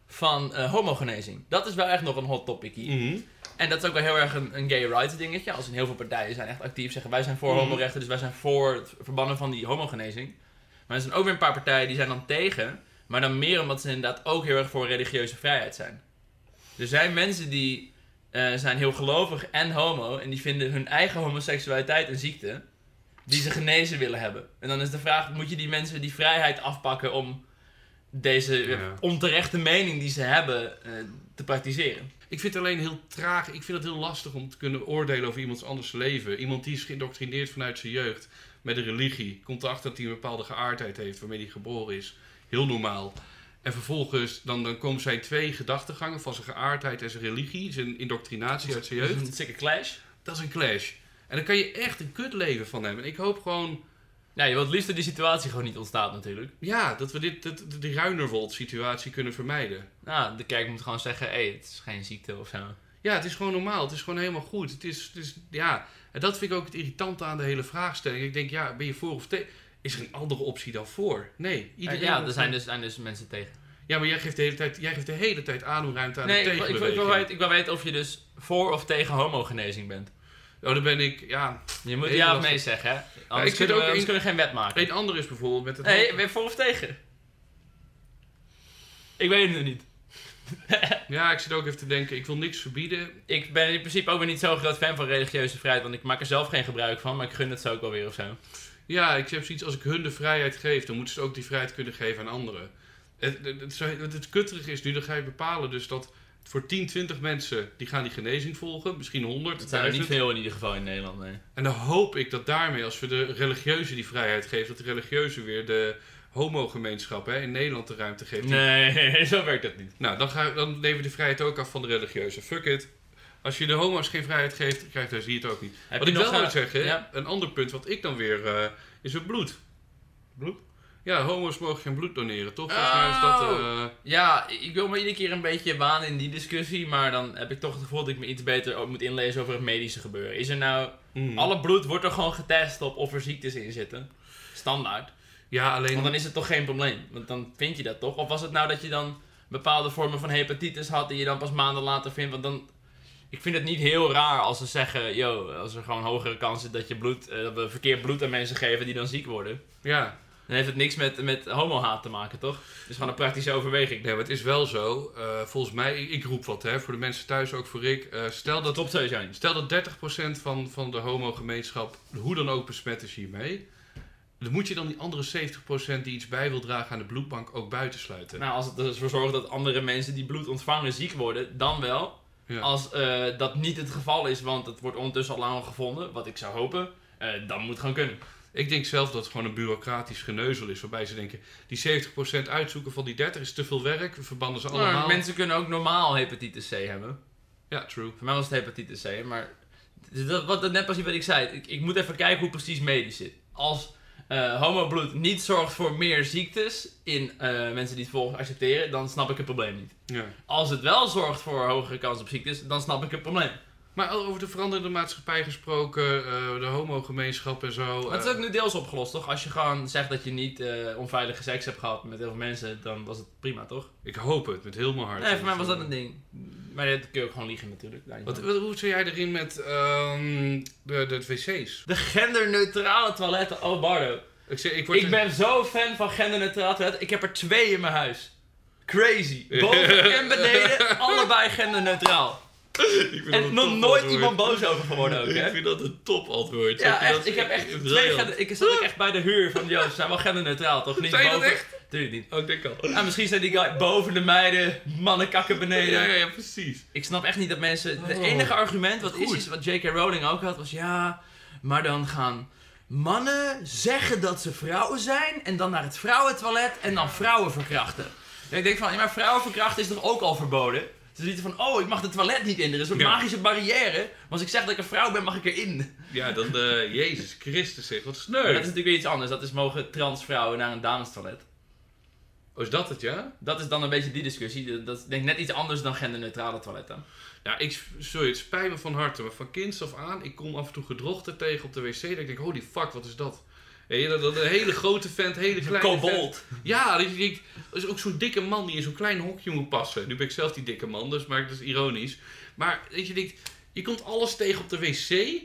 van homogenezing. Dat is wel echt nog een hot topic hier. Mhm. En dat is ook wel heel erg een gay rights dingetje. Als in heel veel partijen zijn echt actief zeggen wij zijn voor homorechten, dus wij zijn voor het verbannen van die homogenezing. Maar er zijn ook weer een paar partijen die zijn dan tegen, maar dan meer omdat ze inderdaad ook heel erg voor religieuze vrijheid zijn. Er zijn mensen die zijn heel gelovig en homo en die vinden hun eigen homoseksualiteit een ziekte die ze genezen willen hebben. En dan is de vraag, moet je die mensen die vrijheid afpakken om deze onterechte mening die ze hebben te praktiseren? Ik vind het alleen heel traag. Ik vind het heel lastig om te kunnen oordelen over iemands anders leven. Iemand die is geïndoctrineerd vanuit zijn jeugd met een religie. Komt erachter dat hij een bepaalde geaardheid heeft waarmee hij geboren is. Heel normaal. En vervolgens dan komen zijn 2 gedachtegangen van zijn geaardheid en zijn religie. Zijn indoctrinatie uit zijn Dat jeugd. is een sikke clash. Dat is een clash. En dan kan je echt een kutleven van hebben. En ik hoop gewoon... Ja, je wilt het liefst dat die situatie gewoon niet ontstaat natuurlijk. Ja, dat we die Ruinerwold situatie kunnen vermijden. Nou, de kerk moet gewoon zeggen, het is geen ziekte of zo. Ja, het is gewoon normaal. Het is gewoon helemaal goed. Het is ja, en dat vind ik ook het irritante aan de hele vraagstelling. Ik denk, ja, ben je voor of tegen? Is er een andere optie dan voor? Nee. Iedereen Ja, er zijn dus mensen tegen. Ja, maar jij geeft de hele tijd ademruimte aan de tegenbeweging. Ik wil weten of je dus voor of tegen homogenezing bent. Oh, dan ben ik, ja... Je moet ja of nee zeggen, hè? Anders kunnen we geen wet maken. Een ander is bijvoorbeeld met het... Nee, ben je voor of tegen? Ik weet het nog niet. Ja, ik zit ook even te denken, ik wil niks verbieden. Ik ben in principe ook weer niet zo'n groot fan van religieuze vrijheid, want ik maak er zelf geen gebruik van, maar ik gun het ze ook wel weer of zo. Ja, ik heb zoiets, als ik hun de vrijheid geef, dan moeten ze ook die vrijheid kunnen geven aan anderen. Het kutterige is nu, dan ga je bepalen dus dat voor 10, 20 mensen, die gaan die genezing volgen, misschien 100, Dat zijn er niet veel in ieder geval in Nederland, nee. En dan hoop ik dat daarmee, als we de religieuze die vrijheid geven, dat de religieuze weer de homogemeenschap in Nederland de ruimte geeft. Nee, zo werkt dat niet. Nou, dan nemen we de vrijheid ook af van de religieuze. Fuck it. Als je de homo's geen vrijheid geeft, zie je het ook niet. Wat ik wel wil zeggen, een ander punt wat ik dan weer, is het bloed. Bloed? Ja, homo's mogen geen bloed doneren, toch? Volgens mij is dat... Ja, ik wil me iedere keer een beetje wanen in die discussie, maar dan heb ik toch het gevoel dat ik me iets beter moet inlezen over het medische gebeuren. Is er nou... Alle bloed wordt er gewoon getest op of er ziektes in zitten. Standaard. Ja, alleen... Want dan is het toch geen probleem. Want dan vind je dat toch? Of was het nou dat je dan bepaalde vormen van hepatitis had die je dan pas maanden later vindt? Want dan... Ik vind het niet heel raar als ze zeggen, als er gewoon hogere kans is dat dat we verkeerd bloed aan mensen geven die dan ziek worden. Ja. Dan heeft het niks met homohaat te maken, toch? Het is gewoon een praktische overweging. Nee, maar het is wel zo. Volgens mij, ik roep wat, hè, voor de mensen thuis, ook voor Rick. Stel dat klopt sowieso niet. Stel dat 30% van de homogemeenschap hoe dan ook besmet is hiermee. Dan moet je dan die andere 70% die iets bij wil dragen aan de bloedbank ook buitensluiten. Nou, als het ervoor zorgt dat andere mensen die bloed ontvangen ziek worden, dan wel. Ja. Als dat niet het geval is, want het wordt ondertussen al lang gevonden, wat ik zou hopen, dan moet het gewoon kunnen. Ik denk zelf dat het gewoon een bureaucratisch geneuzel is, waarbij ze denken, die 70% uitzoeken van die 30 is te veel werk, we verbannen ze allemaal. Maar mensen kunnen ook normaal hepatitis C hebben. Ja, true. Voor mij was het hepatitis C, maar net precies wat ik zei. Ik moet even kijken hoe precies medisch zit. Als homobloed niet zorgt voor meer ziektes in mensen die het volgens accepteren, dan snap ik het probleem niet. Ja. Als het wel zorgt voor hogere kans op ziektes, dan snap ik het probleem. Maar over de veranderende maatschappij gesproken, de homogemeenschap en zo. Maar het is ook nu deels opgelost, toch? Als je gewoon zegt dat je niet onveilige seks hebt gehad met heel veel mensen, dan was het prima, toch? Ik hoop het, met heel mijn hart. Nee, voor mij was dat een ding. Maar dat kun je ook gewoon liegen natuurlijk. Hoe zit jij erin met de wc's? De genderneutrale toiletten, oh Bardo. Ik ben zo fan van genderneutrale toiletten. Ik heb er 2 in mijn huis. Crazy. Boven en beneden, allebei genderneutraal. En nog nooit iemand boos over geworden ook, hè? Ik vind dat een topantwoord. Ja, echt. Ik heb echt 2 ik zat echt bij de huur van, ze zijn wel genderneutraal, toch? Niet zijn boven. Dat echt? Tuurlijk niet. Oh, ik denk al. Nou, misschien zijn die guy boven de meiden, mannen kakken beneden. Ja, precies. Ik snap echt niet dat mensen... Het enige argument wat J.K. Rowling ook had, was maar dan gaan mannen zeggen dat ze vrouwen zijn en dan naar het vrouwentoilet en dan vrouwen verkrachten. En ik denk van, maar vrouwen verkrachten is toch ook al verboden? Ze zitten van, ik mag het toilet niet in. Er is een magische barrière. Maar als ik zeg dat ik een vrouw ben, mag ik erin. Ja, dan Jezus Christus zeg, wat sneu. Maar dat is natuurlijk weer iets anders. Dat is mogen transvrouwen naar een damestoilet. Oh, is dat het, ja? Dat is dan een beetje die discussie. Dat is denk ik net iets anders dan genderneutrale toiletten. Ja, sorry, het spijt me van harte. Maar van kinds af aan, ik kom af en toe gedrochten tegen op de wc. Dat ik denk, holy fuck, wat is dat? Weet je, dat een hele grote vent, hele kleine vent. Kobold. Ja, dat je denkt, dat is ook zo'n dikke man die in zo'n klein hokje moet passen. Nu ben ik zelf die dikke man, dus maar dat is ironisch. Maar dat je denkt, je komt alles tegen op de wc.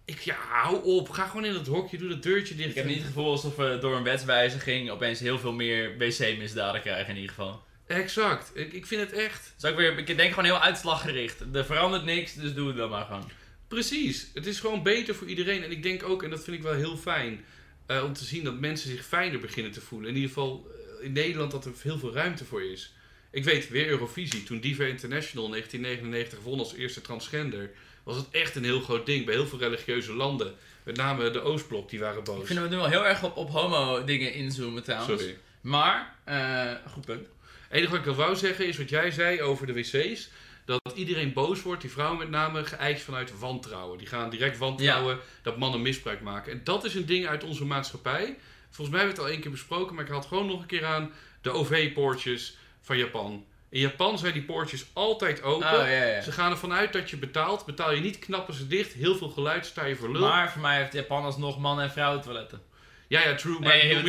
Hou op, ga gewoon in dat hokje, doe dat deurtje dicht. Ik heb niet het gevoel alsof we door een wetswijziging opeens heel veel meer wc-misdaden krijgen in ieder geval. Exact, ik vind het echt. Dus ik denk gewoon heel uitslaggericht. Er verandert niks, dus doe het dan maar gewoon. Precies, het is gewoon beter voor iedereen. En ik denk ook, en dat vind ik wel heel fijn, om te zien dat mensen zich fijner beginnen te voelen. In ieder geval in Nederland dat er heel veel ruimte voor is. Ik weet, weer Eurovisie, toen Diva International in 1999 won als eerste transgender, was het echt een heel groot ding bij heel veel religieuze landen. Met name de Oostblok, die waren boos. Ik vind dat we nu wel heel erg op homo dingen inzoomen trouwens. Sorry. Maar, goed punt. Het enige wat ik nog wou zeggen is wat jij zei over de wc's. Dat iedereen boos wordt, die vrouwen met name, geëist vanuit wantrouwen. Die gaan direct wantrouwen dat mannen misbruik maken. En dat is een ding uit onze maatschappij. Volgens mij hebben we het al 1 keer besproken, maar ik haal het gewoon nog een keer aan. De OV-poortjes van Japan. In Japan zijn die poortjes altijd open. Oh, ja. Ze gaan ervan uit dat je betaalt. Betaal je niet, knappen ze dicht. Heel veel geluid, sta je voor lul. Maar voor mij heeft Japan alsnog mannen- en vrouwen toiletten. Ja, true. Maar Wat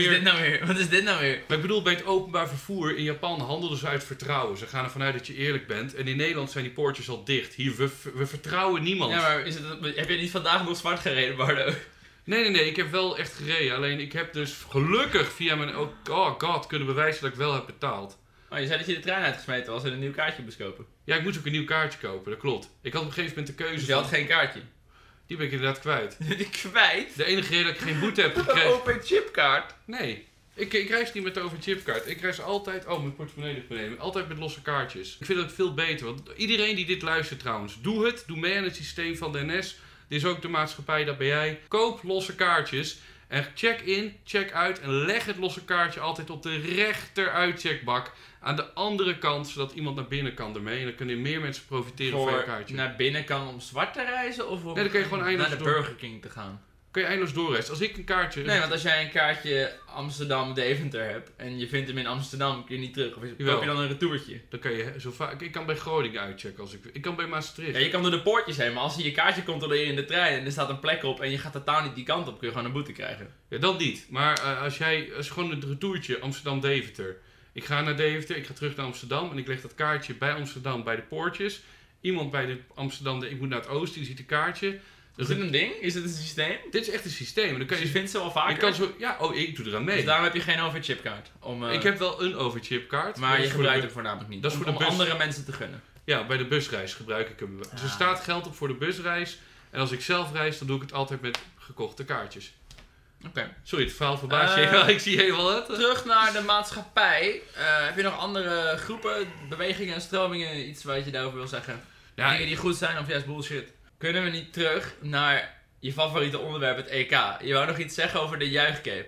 is dit nou weer? Maar ik bedoel, bij het openbaar vervoer in Japan handelden ze uit vertrouwen. Ze gaan ervan uit dat je eerlijk bent. En in Nederland zijn die poortjes al dicht. Hier, we vertrouwen niemand. Ja, maar heb je niet vandaag nog zwart gereden, Bardo? Nee. Ik heb wel echt gereden. Alleen ik heb dus gelukkig via mijn kunnen bewijzen dat ik wel heb betaald. Oh, je zei dat je de trein uitgesmeten was en een nieuw kaartje moest kopen. Ja, ik moest ook een nieuw kaartje kopen. Dat klopt. Ik had op een gegeven moment de keuze. Dus je had geen kaartje? Die ben ik inderdaad kwijt. Kwijt? De enige reden dat ik geen boete heb Een gekregen. open chipkaart? Nee. Ik reis niet met de overchipkaart. Ik reis altijd... Oh, mijn portemonnee ligt beneden. Altijd met losse kaartjes. Ik vind dat veel beter. Want iedereen die dit luistert trouwens, doe het. Doe mee aan het systeem van de NS. Dit is ook de maatschappij, dat ben jij. Koop losse kaartjes. En check in, check uit en leg het losse kaartje altijd op de rechter uitcheckbak. Aan de andere kant, zodat iemand naar binnen kan ermee. En dan kunnen meer mensen profiteren van je kaartje. Naar binnen kan om zwart te reizen of om Nee, dan kan je gewoon eindeloos naar de door. Burger King te gaan? Kun je eindeloos doorreizen. Als ik een kaartje... Nee, want als jij een kaartje Amsterdam-Deventer hebt en je vindt hem in Amsterdam, kun je niet terug. Of koop je dan een retourtje? Dan kan je zo vaak... Ik kan bij Groningen uitchecken als ik kan bij Maastricht. Ja, je kan door de poortjes heen, maar als je je kaartje controleren in de trein en er staat een plek op en je gaat totaal niet die kant op, kun je gewoon een boete krijgen. Ja, dat niet. Maar als gewoon een retourtje Amsterdam-Deventer. Ik ga naar Deventer, ik ga terug naar Amsterdam en ik leg dat kaartje bij Amsterdam bij de poortjes. Iemand bij de Amsterdam, ik moet naar het oosten, die ziet een kaartje. Is dit een ding? Is dit een systeem? Dit is echt een systeem. En dan kan Dus je je vindt ze wel vaker? je kan zo, ik doe eraan mee. Dus daarom heb je geen overchipkaart? Ik heb wel een overchipkaart. Maar je dat is gebruikt hem voornamelijk niet. dat is voor de om bus. andere mensen te gunnen. Ja, bij de busreis gebruik ik hem. Dus er staat geld op voor de busreis. En als ik zelf reis, dan doe ik het altijd met gekochte kaartjes. Oké. Sorry, het verhaal verbaast je helemaal. Ik zie helemaal het. Terug naar de maatschappij. Heb je nog andere groepen, bewegingen en stromingen, iets wat je daarover wil zeggen? Ja, Dingen die goed zijn of juist bullshit? Kunnen we niet terug naar je favoriete onderwerp, het EK? Je wou nog iets zeggen over de juichcape.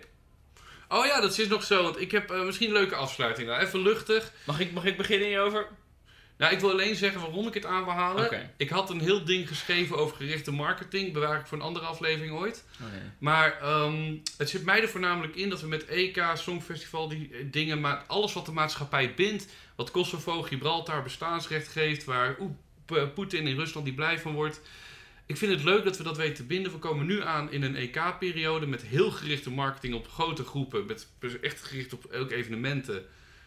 Oh ja, dat is nog zo. Want ik heb misschien een leuke afsluiting. Nou, even luchtig. Mag ik beginnen hierover? Nou, ik wil alleen zeggen waarom ik het aan wil halen. Oké. Ik had een heel ding geschreven over gerichte marketing. Bewaar ik voor een andere aflevering ooit. Oh, nee. Maar het zit mij er voornamelijk in dat we met EK, Songfestival, die dingen, maar alles wat de maatschappij bindt, wat Kosovo, Gibraltar bestaansrecht geeft, waar Poetin in Rusland die blij van wordt. Ik vind het leuk dat we dat weten te binden. We komen nu aan in een EK-periode met heel gerichte marketing op grote groepen. Met echt gericht op ook evenementen.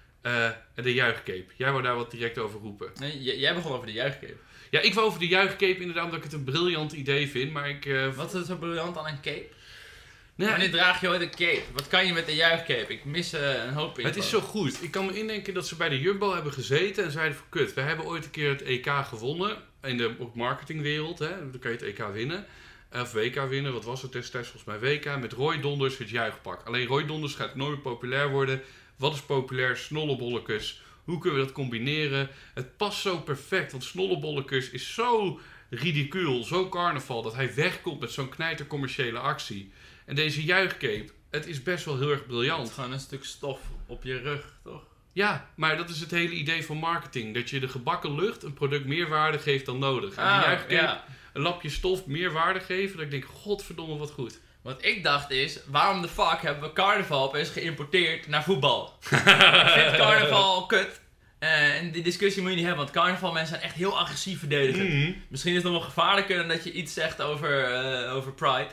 En de juichcape. Jij wou daar wat direct over roepen. Nee, jij begon over de juichcape. Ja, ik wou over de juichcape inderdaad omdat ik het een briljant idee vind. Maar ik... Wat is zo briljant aan een cape? Nou, Wanneer draag je ooit een cape? Wat kan je met de juichcape? Ik mis een hoop info. het is zo goed. Ik kan me indenken dat ze bij de Jumbo hebben gezeten en zeiden van kut, we hebben ooit een keer het EK gewonnen. In de marketingwereld, hè. Dan kan je het EK winnen. Of WK winnen, wat was het destijds? Volgens mij WK. Met Roy Donders het juichpak. Alleen Roy Donders gaat nooit populair worden. Wat is populair? Snollebollekes. Hoe kunnen we dat combineren? Het past zo perfect, want Snollebollekes is zo ridicuul, zo carnaval, dat hij wegkomt met zo'n knijter commerciële actie. En deze juichcape, het is best wel heel erg Het briljant. is gewoon een stuk stof op je rug, toch? Ja, maar dat is het hele idee van marketing. Dat je de gebakken lucht een product meer waarde geeft dan nodig. En die juichcape, een lapje stof meer waarde geven, dat ik denk, godverdomme wat goed. Wat ik dacht is, waarom de fuck hebben we carnaval opeens geïmporteerd naar voetbal? Ik vind carnaval kut. En die discussie moet je niet hebben, want carnavalmensen zijn echt heel agressief verdedigend. Misschien is het nog wel gevaarlijker dan dat je iets zegt over Pride.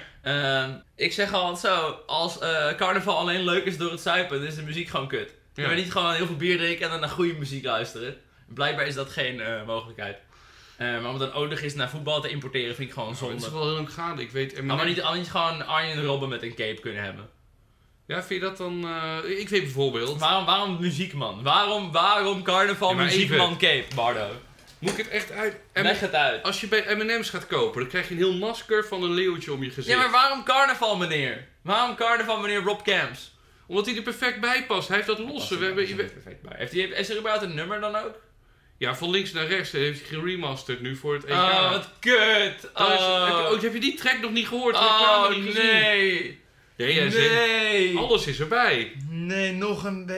Ik zeg altijd zo, als carnaval alleen leuk is door het zuipen, dan is de muziek gewoon kut. Je wil niet gewoon heel veel bier drinken en dan naar goede muziek luisteren. Blijkbaar is dat geen mogelijkheid. Maar om dan ook nog eens naar voetbal te importeren vind ik gewoon zonde. Het is wel heel lang gaande, ik weet... Maar niet gewoon Arjen Robben met een cape kunnen hebben. Ja, vind je dat dan... ik weet bijvoorbeeld... Waarom muziekman? Waarom carnaval muziekman cape, Bardo? Moet ik het echt uit... Leg het uit. Als je bij M&M's gaat kopen, dan krijg je een heel masker van een leeuwtje om je gezicht. Ja, maar waarom carnaval meneer? Waarom carnaval meneer Rob Camps? Omdat hij er perfect bij past. Hij heeft dat losse. Perfect bij. Heeft er überhaupt een nummer dan ook? Ja, van links naar rechts heeft hij geremasterd nu voor het EK. Oh, wat kut! Heb je die track nog niet gehoord? Nee! Nee! Alles is erbij. Nee, nog een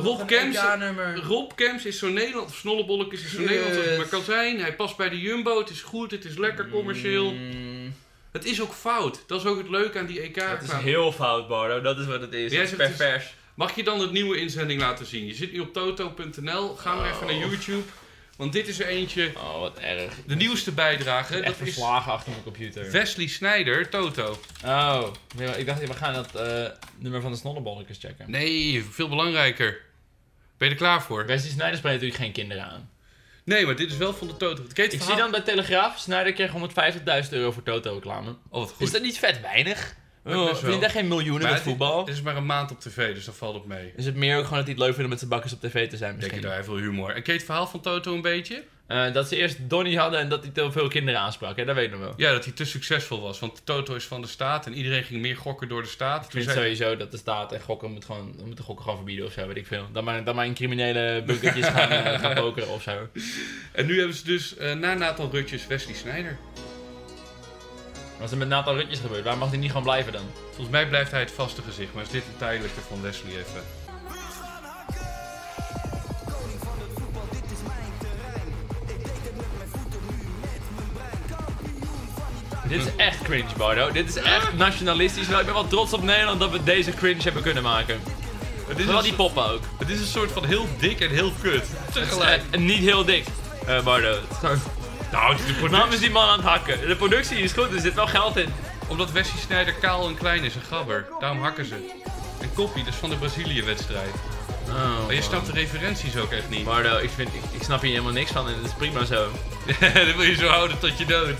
Rob Camps is zo Nederland, of Snollebollekes is zo Nederland als het maar kan zijn. Hij past bij de Jumbo, het is goed, het is lekker commercieel. Het is ook fout. Dat is ook het leuke aan die EK. Het is heel fout, Bardo. Dat is wat het is. Het is pervers. Mag je dan het nieuwe inzending laten zien? Je zit nu op toto.nl. Ga maar even naar YouTube. Want dit is er eentje. Oh, wat erg. De nieuwste bijdrage. Dat is verslagen achter mijn computer. Wesley Sneijder, Toto. Oh, ik dacht, we gaan dat nummer van de snollebolletjes checken. Nee, veel belangrijker. Ben je er klaar voor? Wesley Sneijder spreekt natuurlijk geen kinderen aan. Nee, maar dit is wel van de Toto. Ik zie dan bij Telegraaf, Sneijder kreeg €150.000 voor Toto-reclame. Oh, wat goed. Is dat niet vet weinig? Vind je daar geen miljoenen met voetbal? Het is maar een maand op tv, dus dat valt op mee. Is het meer ook gewoon dat hij het leuk vindt om met zijn bakkers op tv te zijn misschien? Denk je daar veel humor. En ken je het verhaal van Toto een beetje? Dat ze eerst Donnie hadden en dat hij te veel kinderen aansprak, hè? Dat weet ik nog wel. Ja, dat hij te succesvol was, want Toto is van de staat en iedereen ging meer gokken door de staat. Ik vind sowieso dat de staat en gokken moeten gokken gewoon verbieden of zo, weet ik veel. Dan maar in criminele bunkertjes gaan pokeren of zo. En nu hebben ze dus na Nathan Rutjes Wesley Sneijder. Wat is er met Nathan Rutjes gebeurd? Waarom mag hij niet gewoon blijven dan? Volgens mij blijft hij het vaste gezicht, maar is dit een tijdelijke van Wesley even. Dit is echt cringe, Bardo. Dit is echt nationalistisch. Nou, ik ben wel trots op Nederland dat we deze cringe hebben kunnen maken. Vooral die poppen ook. Het is een soort van heel dik en heel kut. Tegelijk. Niet heel dik, Bardo. Nou, waarom is die man aan het hakken? De productie is goed, er zit wel geld in. Omdat Wesley Sneijder kaal en klein is, een gabber. Daarom hakken ze. En Koppie, dat is van de Brazilië-wedstrijd. Maar je snapt de referenties ook echt niet. Bardo, ik snap hier helemaal niks van en dat is prima zo. Dat wil je zo houden tot je dood.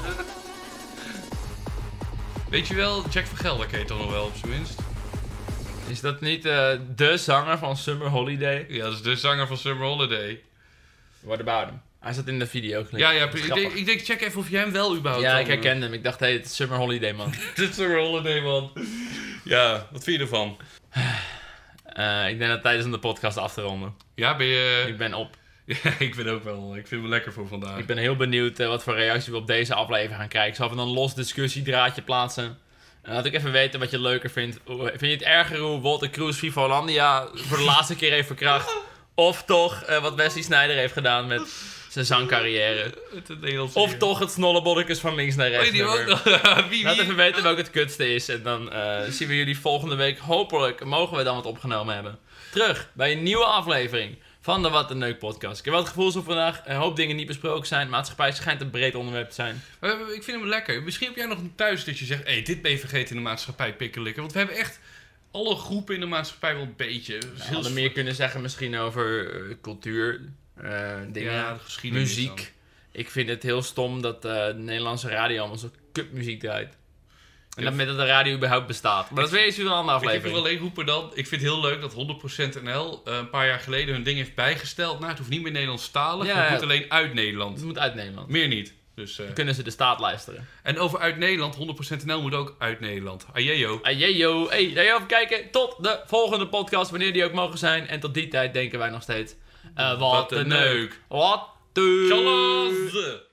Weet je wel, Jack van Gelder heet toch nog wel op zijn minst? Is dat niet de zanger van Summer Holiday? Ja, dat is de zanger van Summer Holiday. What about him? Hij zat in de video. Ja, ik denk, check even of jij hem wel überhaupt... Ja, ik herkende hem. Ik dacht, het is Summer Holiday, man. Het is Summer Holiday, man. Ja, wat vind je ervan? Ik denk dat het tijd is om de podcast af te ronden. Ja, ben je... Ik ben op. Ja, ik ben ook wel. Ik vind hem lekker voor vandaag. Ik ben heel benieuwd wat voor reacties we op deze aflevering gaan krijgen. Ik zal even een los discussiedraadje plaatsen. Laat ik even weten wat je leuker vindt. Vind je het erger hoe Walter Kroes Viva Hollandia voor de laatste keer heeft verkracht? Of toch wat Wesley Sneijder heeft gedaan met zijn zangcarrière? Of toch het snollebolletjes van links naar rechts. Laat even weten welk het kutste is. En dan zien we jullie volgende week. Hopelijk mogen we dan wat opgenomen hebben. Terug bij een nieuwe aflevering van de Wat een Neuk podcast. Ik heb wel het gevoel alsof vandaag een hoop dingen niet besproken zijn. Maatschappij schijnt een breed onderwerp te zijn. Ik vind hem lekker. Misschien heb jij nog thuis dat je zegt... Hé, dit ben je vergeten in de maatschappij, pikkelikken. Want we hebben echt alle groepen in de maatschappij wel een beetje. We hadden meer kunnen zeggen misschien over cultuur, dingen, ja, de geschiedenis, muziek. Dan. Ik vind het heel stom dat de Nederlandse radio allemaal zo kutmuziek draait. En dat met dat de radio überhaupt bestaat. Maar dat weet je wel een andere aflevering. Ik wil alleen roepen dan. Ik vind het heel leuk dat 100% NL een paar jaar geleden hun ding heeft bijgesteld. Nou, het hoeft niet meer Nederlandstalig. Ja, het moet alleen uit Nederland. Het moet uit Nederland. Meer niet. Dus, dan kunnen ze de staat luisteren. En over uit Nederland, 100% NL moet ook uit Nederland. Ajejo. Ajejo. Hey, daar even kijken. Tot de volgende podcast, wanneer die ook mogen zijn. En tot die tijd denken wij nog steeds... wat een neuk. Wat de... Tjallas.